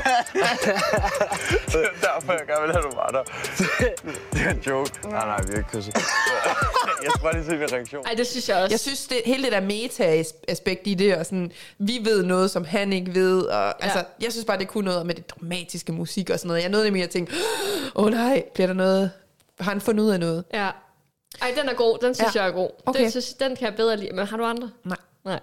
er derfor, jeg gerne vil have, du var der. Det er en joke. Nej, nej, vi har ikke kysset. Jeg skal bare lige se min reaktion. Ej, det synes jeg også. Jeg synes, det, hele det der meta-aspekt i det, og sådan, vi ved noget, som han ikke ved. Og, ja. altså, jeg synes bare, det kunne noget med det dramatiske musik og sådan noget. Jeg nåede nemlig at tænke, åh oh, nej, bliver der noget? Har han fundet ud af noget? Ja. Ej, den er god. Den synes ja. jeg er god. Okay. Den, synes, den kan jeg bedre lide. Men har du andre? Nej. Nej.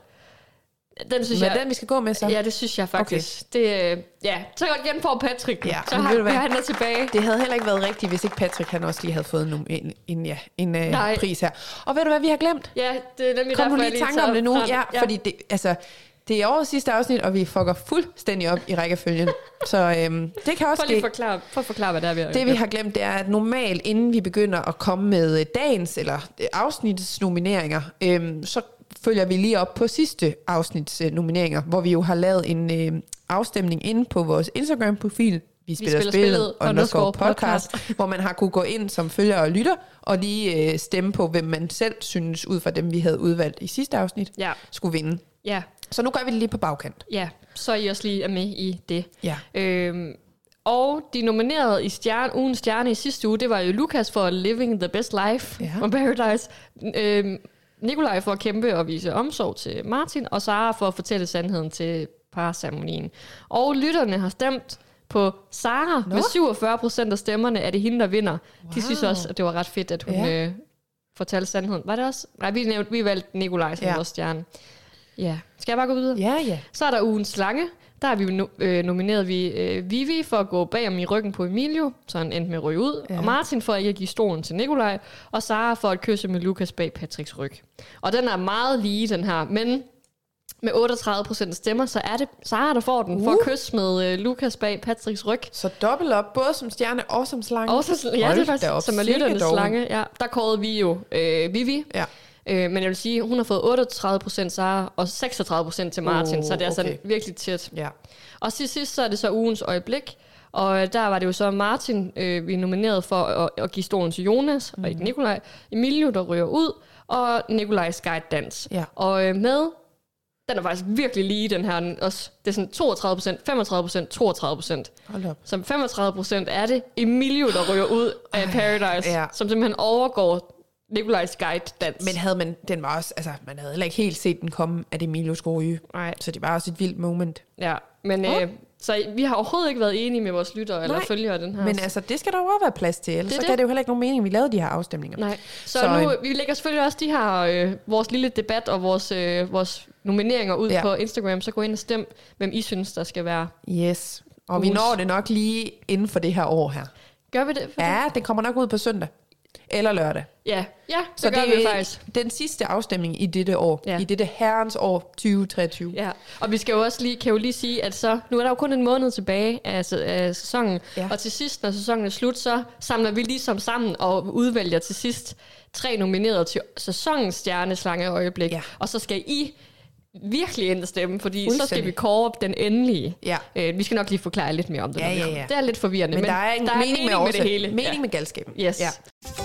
Den synes Men jeg... den, vi skal gå med så? Ja, det synes jeg faktisk. Okay. Det, ja, så godt igen på Patrick. Ja, så har han er tilbage. Det havde heller ikke været rigtigt, hvis ikke Patrick han også lige havde fået en, en, en, ja, en uh, pris her. Og ved du hvad, vi har glemt? Ja, det er nemlig Kom derfor, du lige i tanke om det nu? Ja, ja, fordi det, altså, det er årets sidste afsnit, og vi fucker fuldstændig op i rækkefølgen. Så øhm, det kan også ske. For forklare, for at forklare, hvad det er, vi har Det vi har glemt, det er, at normalt, inden vi begynder at komme med dagens eller afsnits nomineringer, øhm, så følger vi lige op på sidste afsnits øh, nomineringer, hvor vi jo har lavet en øh, afstemning inde på vores Instagram-profil. Vi spiller, vi spiller spillet underscore podcast, podcast hvor man har kunne gå ind som følger og lytter, og lige øh, stemme på, hvem man selv synes, ud fra dem, vi havde udvalgt i sidste afsnit, ja. skulle vinde. Ja. Så nu gør vi det lige på bagkant. Ja, så I også lige er med i det. Ja. Øhm, og de nominerede i stjerne, ugens stjerne i sidste uge, det var jo Lukas for Living the Best Life ja. on Paradise. Øhm, Nikolaj for at kæmpe og vise omsorg til Martin, og Sara for at fortælle sandheden til parceremonien. Og lytterne har stemt på Sara. Nå? Med syvogfyrre procent af stemmerne er det hende, der vinder. Wow. De synes også, at det var ret fedt, at hun ja. øh, fortalte sandheden. Var det også? Nej, vi, nævnte, vi valgte Nikolaj som ja. vores stjerne. Ja. Skal jeg bare gå videre? Ja, ja. Så er der ugens slange. Der har vi no, øh, nomineret vi øh, Vivi for at gå bag om i ryggen på Emilio, så han endte med at ryge ud. Ja. Og Martin for ikke at give stolen til Nikolaj. Og Sara for at kysse med Lukas bag Patricks ryg. Og den er meget lige, den her. Men med otteogtredive procent af stemmer, så er det Sara, der får den uh. for at kysse med øh, Lukas bag Patricks ryg. Så dobbelt op, både som stjerne og som slange. Og som, ja, det er faktisk op, som er lytternes slange. Ja, der kårede vi jo øh, Vivi. Ja. Øh, men jeg vil sige, hun har fået otteogtredive procent Sara og seksogtredive procent til Martin, uh, så det er okay. altså virkelig tæt. Ja. Og til sidst så er det så ugens øjeblik, og der var det jo så Martin, øh, vi nomineret for at, at give stolen til Jonas, mm. og ikke Nikolaj. Emilio, der ryger ud, og Nikolajs guide dans. Ja. Og øh, med, den er faktisk virkelig lige, den her. Også, det er sådan toogtredive procent, femogtredive procent, toogtredive procent. Som femogtredive procent er det Emilio, der ryger ud af Paradise, ja. som simpelthen overgår Nikolajs guide dans. Men havde man, den var også, altså, man havde heller ikke helt set den komme, at Emilio skulle ryge. Nej. Så det var også et vildt moment. Ja, men oh. øh, så vi har overhovedet ikke været enige med vores lyttere eller følgere den her. Men altså, det skal der jo også være plads til, ellers så det. Kan det jo heller ikke nogen mening, at vi lavede de her afstemninger. Nej, så, så nu, vi lægger selvfølgelig også de her, øh, vores lille debat og vores, øh, vores nomineringer ud ja. på Instagram, så gå ind og stem, hvem I synes, der skal være. Yes, og uges. Vi når det nok lige inden for det her år her. Gør vi det? Ja, det kommer nok ud på søndag. Eller lørdag. Ja, ja det så gør det vi faktisk. Den sidste afstemning i dette år, ja. i dette herrens år tyve treogtyve. Ja, og vi skal jo også lige, kan jo lige sige, at så, nu er der jo kun en måned tilbage af, af sæsonen, ja. og til sidst, når sæsonen er slut, så samler vi ligesom sammen og udvælger til sidst tre nominerede til sæsonens stjerneslange øjeblik, ja. og så skal I virkelig ind og stemme, fordi så skal vi kåre den endelige. Ja. Øh, vi skal nok lige forklare lidt mere om det. Ja, ja, ja. Det er lidt forvirrende, men, men der er en der mening, er mening med, med det hele. Mening ja. med galskaben. Yes. Ja.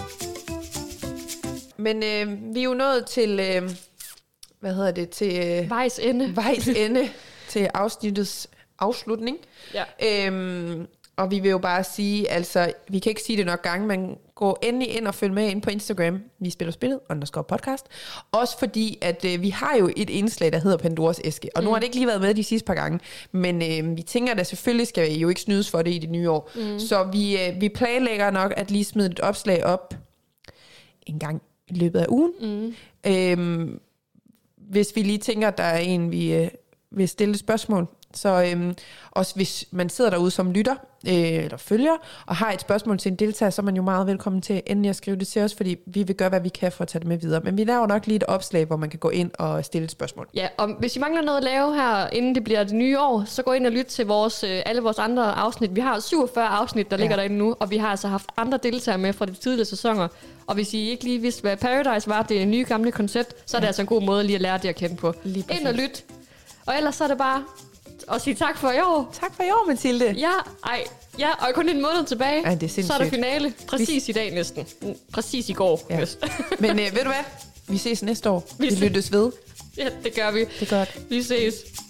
Men øh, vi er jo nået til, øh, hvad hedder det, til øh, vejs ende. Vejs ende til afsnittets afslutning. Ja. Øhm, og vi vil jo bare sige, altså, vi kan ikke sige det nok gange, men gå endelig ind og følg med ind på Instagram. Vi spiller spillet, underscore podcast. Også fordi, at øh, vi har jo et indslag, der hedder Pandoras æske. Og mm. nu har det ikke lige været med de sidste par gange. Men øh, vi tænker, at selvfølgelig skal vi jo ikke snydes for det i det nye år. Mm. Så vi, øh, vi planlægger nok at lige smide et opslag op en gang i løbet af ugen. Mm. Øhm, hvis vi lige tænker, at der er en, vi øh, vil stille et spørgsmål. Så øhm, også hvis man sidder derude som lytter øh, eller følger og har et spørgsmål til en deltager, så er man jo meget velkommen til endelig at skrive det til os, fordi vi vil gøre, hvad vi kan for at tage det med videre. Men vi laver nok lige et opslag, hvor man kan gå ind og stille et spørgsmål. Ja, og hvis I mangler noget at lave her, inden det bliver det nye år, så gå ind og lyt til vores, øh, alle vores andre afsnit. Vi har syvogfyrre afsnit, der ja. ligger derinde nu, og vi har altså haft andre deltagere med fra de tidligere sæsoner. Og hvis I ikke lige vidste, hvad Paradise var, det nye gamle koncept, så er det ja. altså en god måde lige at lære det at kende på. Ind og lyt. Og ellers så er det bare og sige tak for i år. Tak for i år, Mathilde. Ja, ej, ja, og kun en måned tilbage. Ja, det er sindssygt. Så er der finale. Præcis vi... i dag næsten. Præcis i går. Ja. Men øh, ved du hvad? Vi ses næste år. Vi, vi lyttes ved. Ja, det gør vi. Det er godt. Vi ses.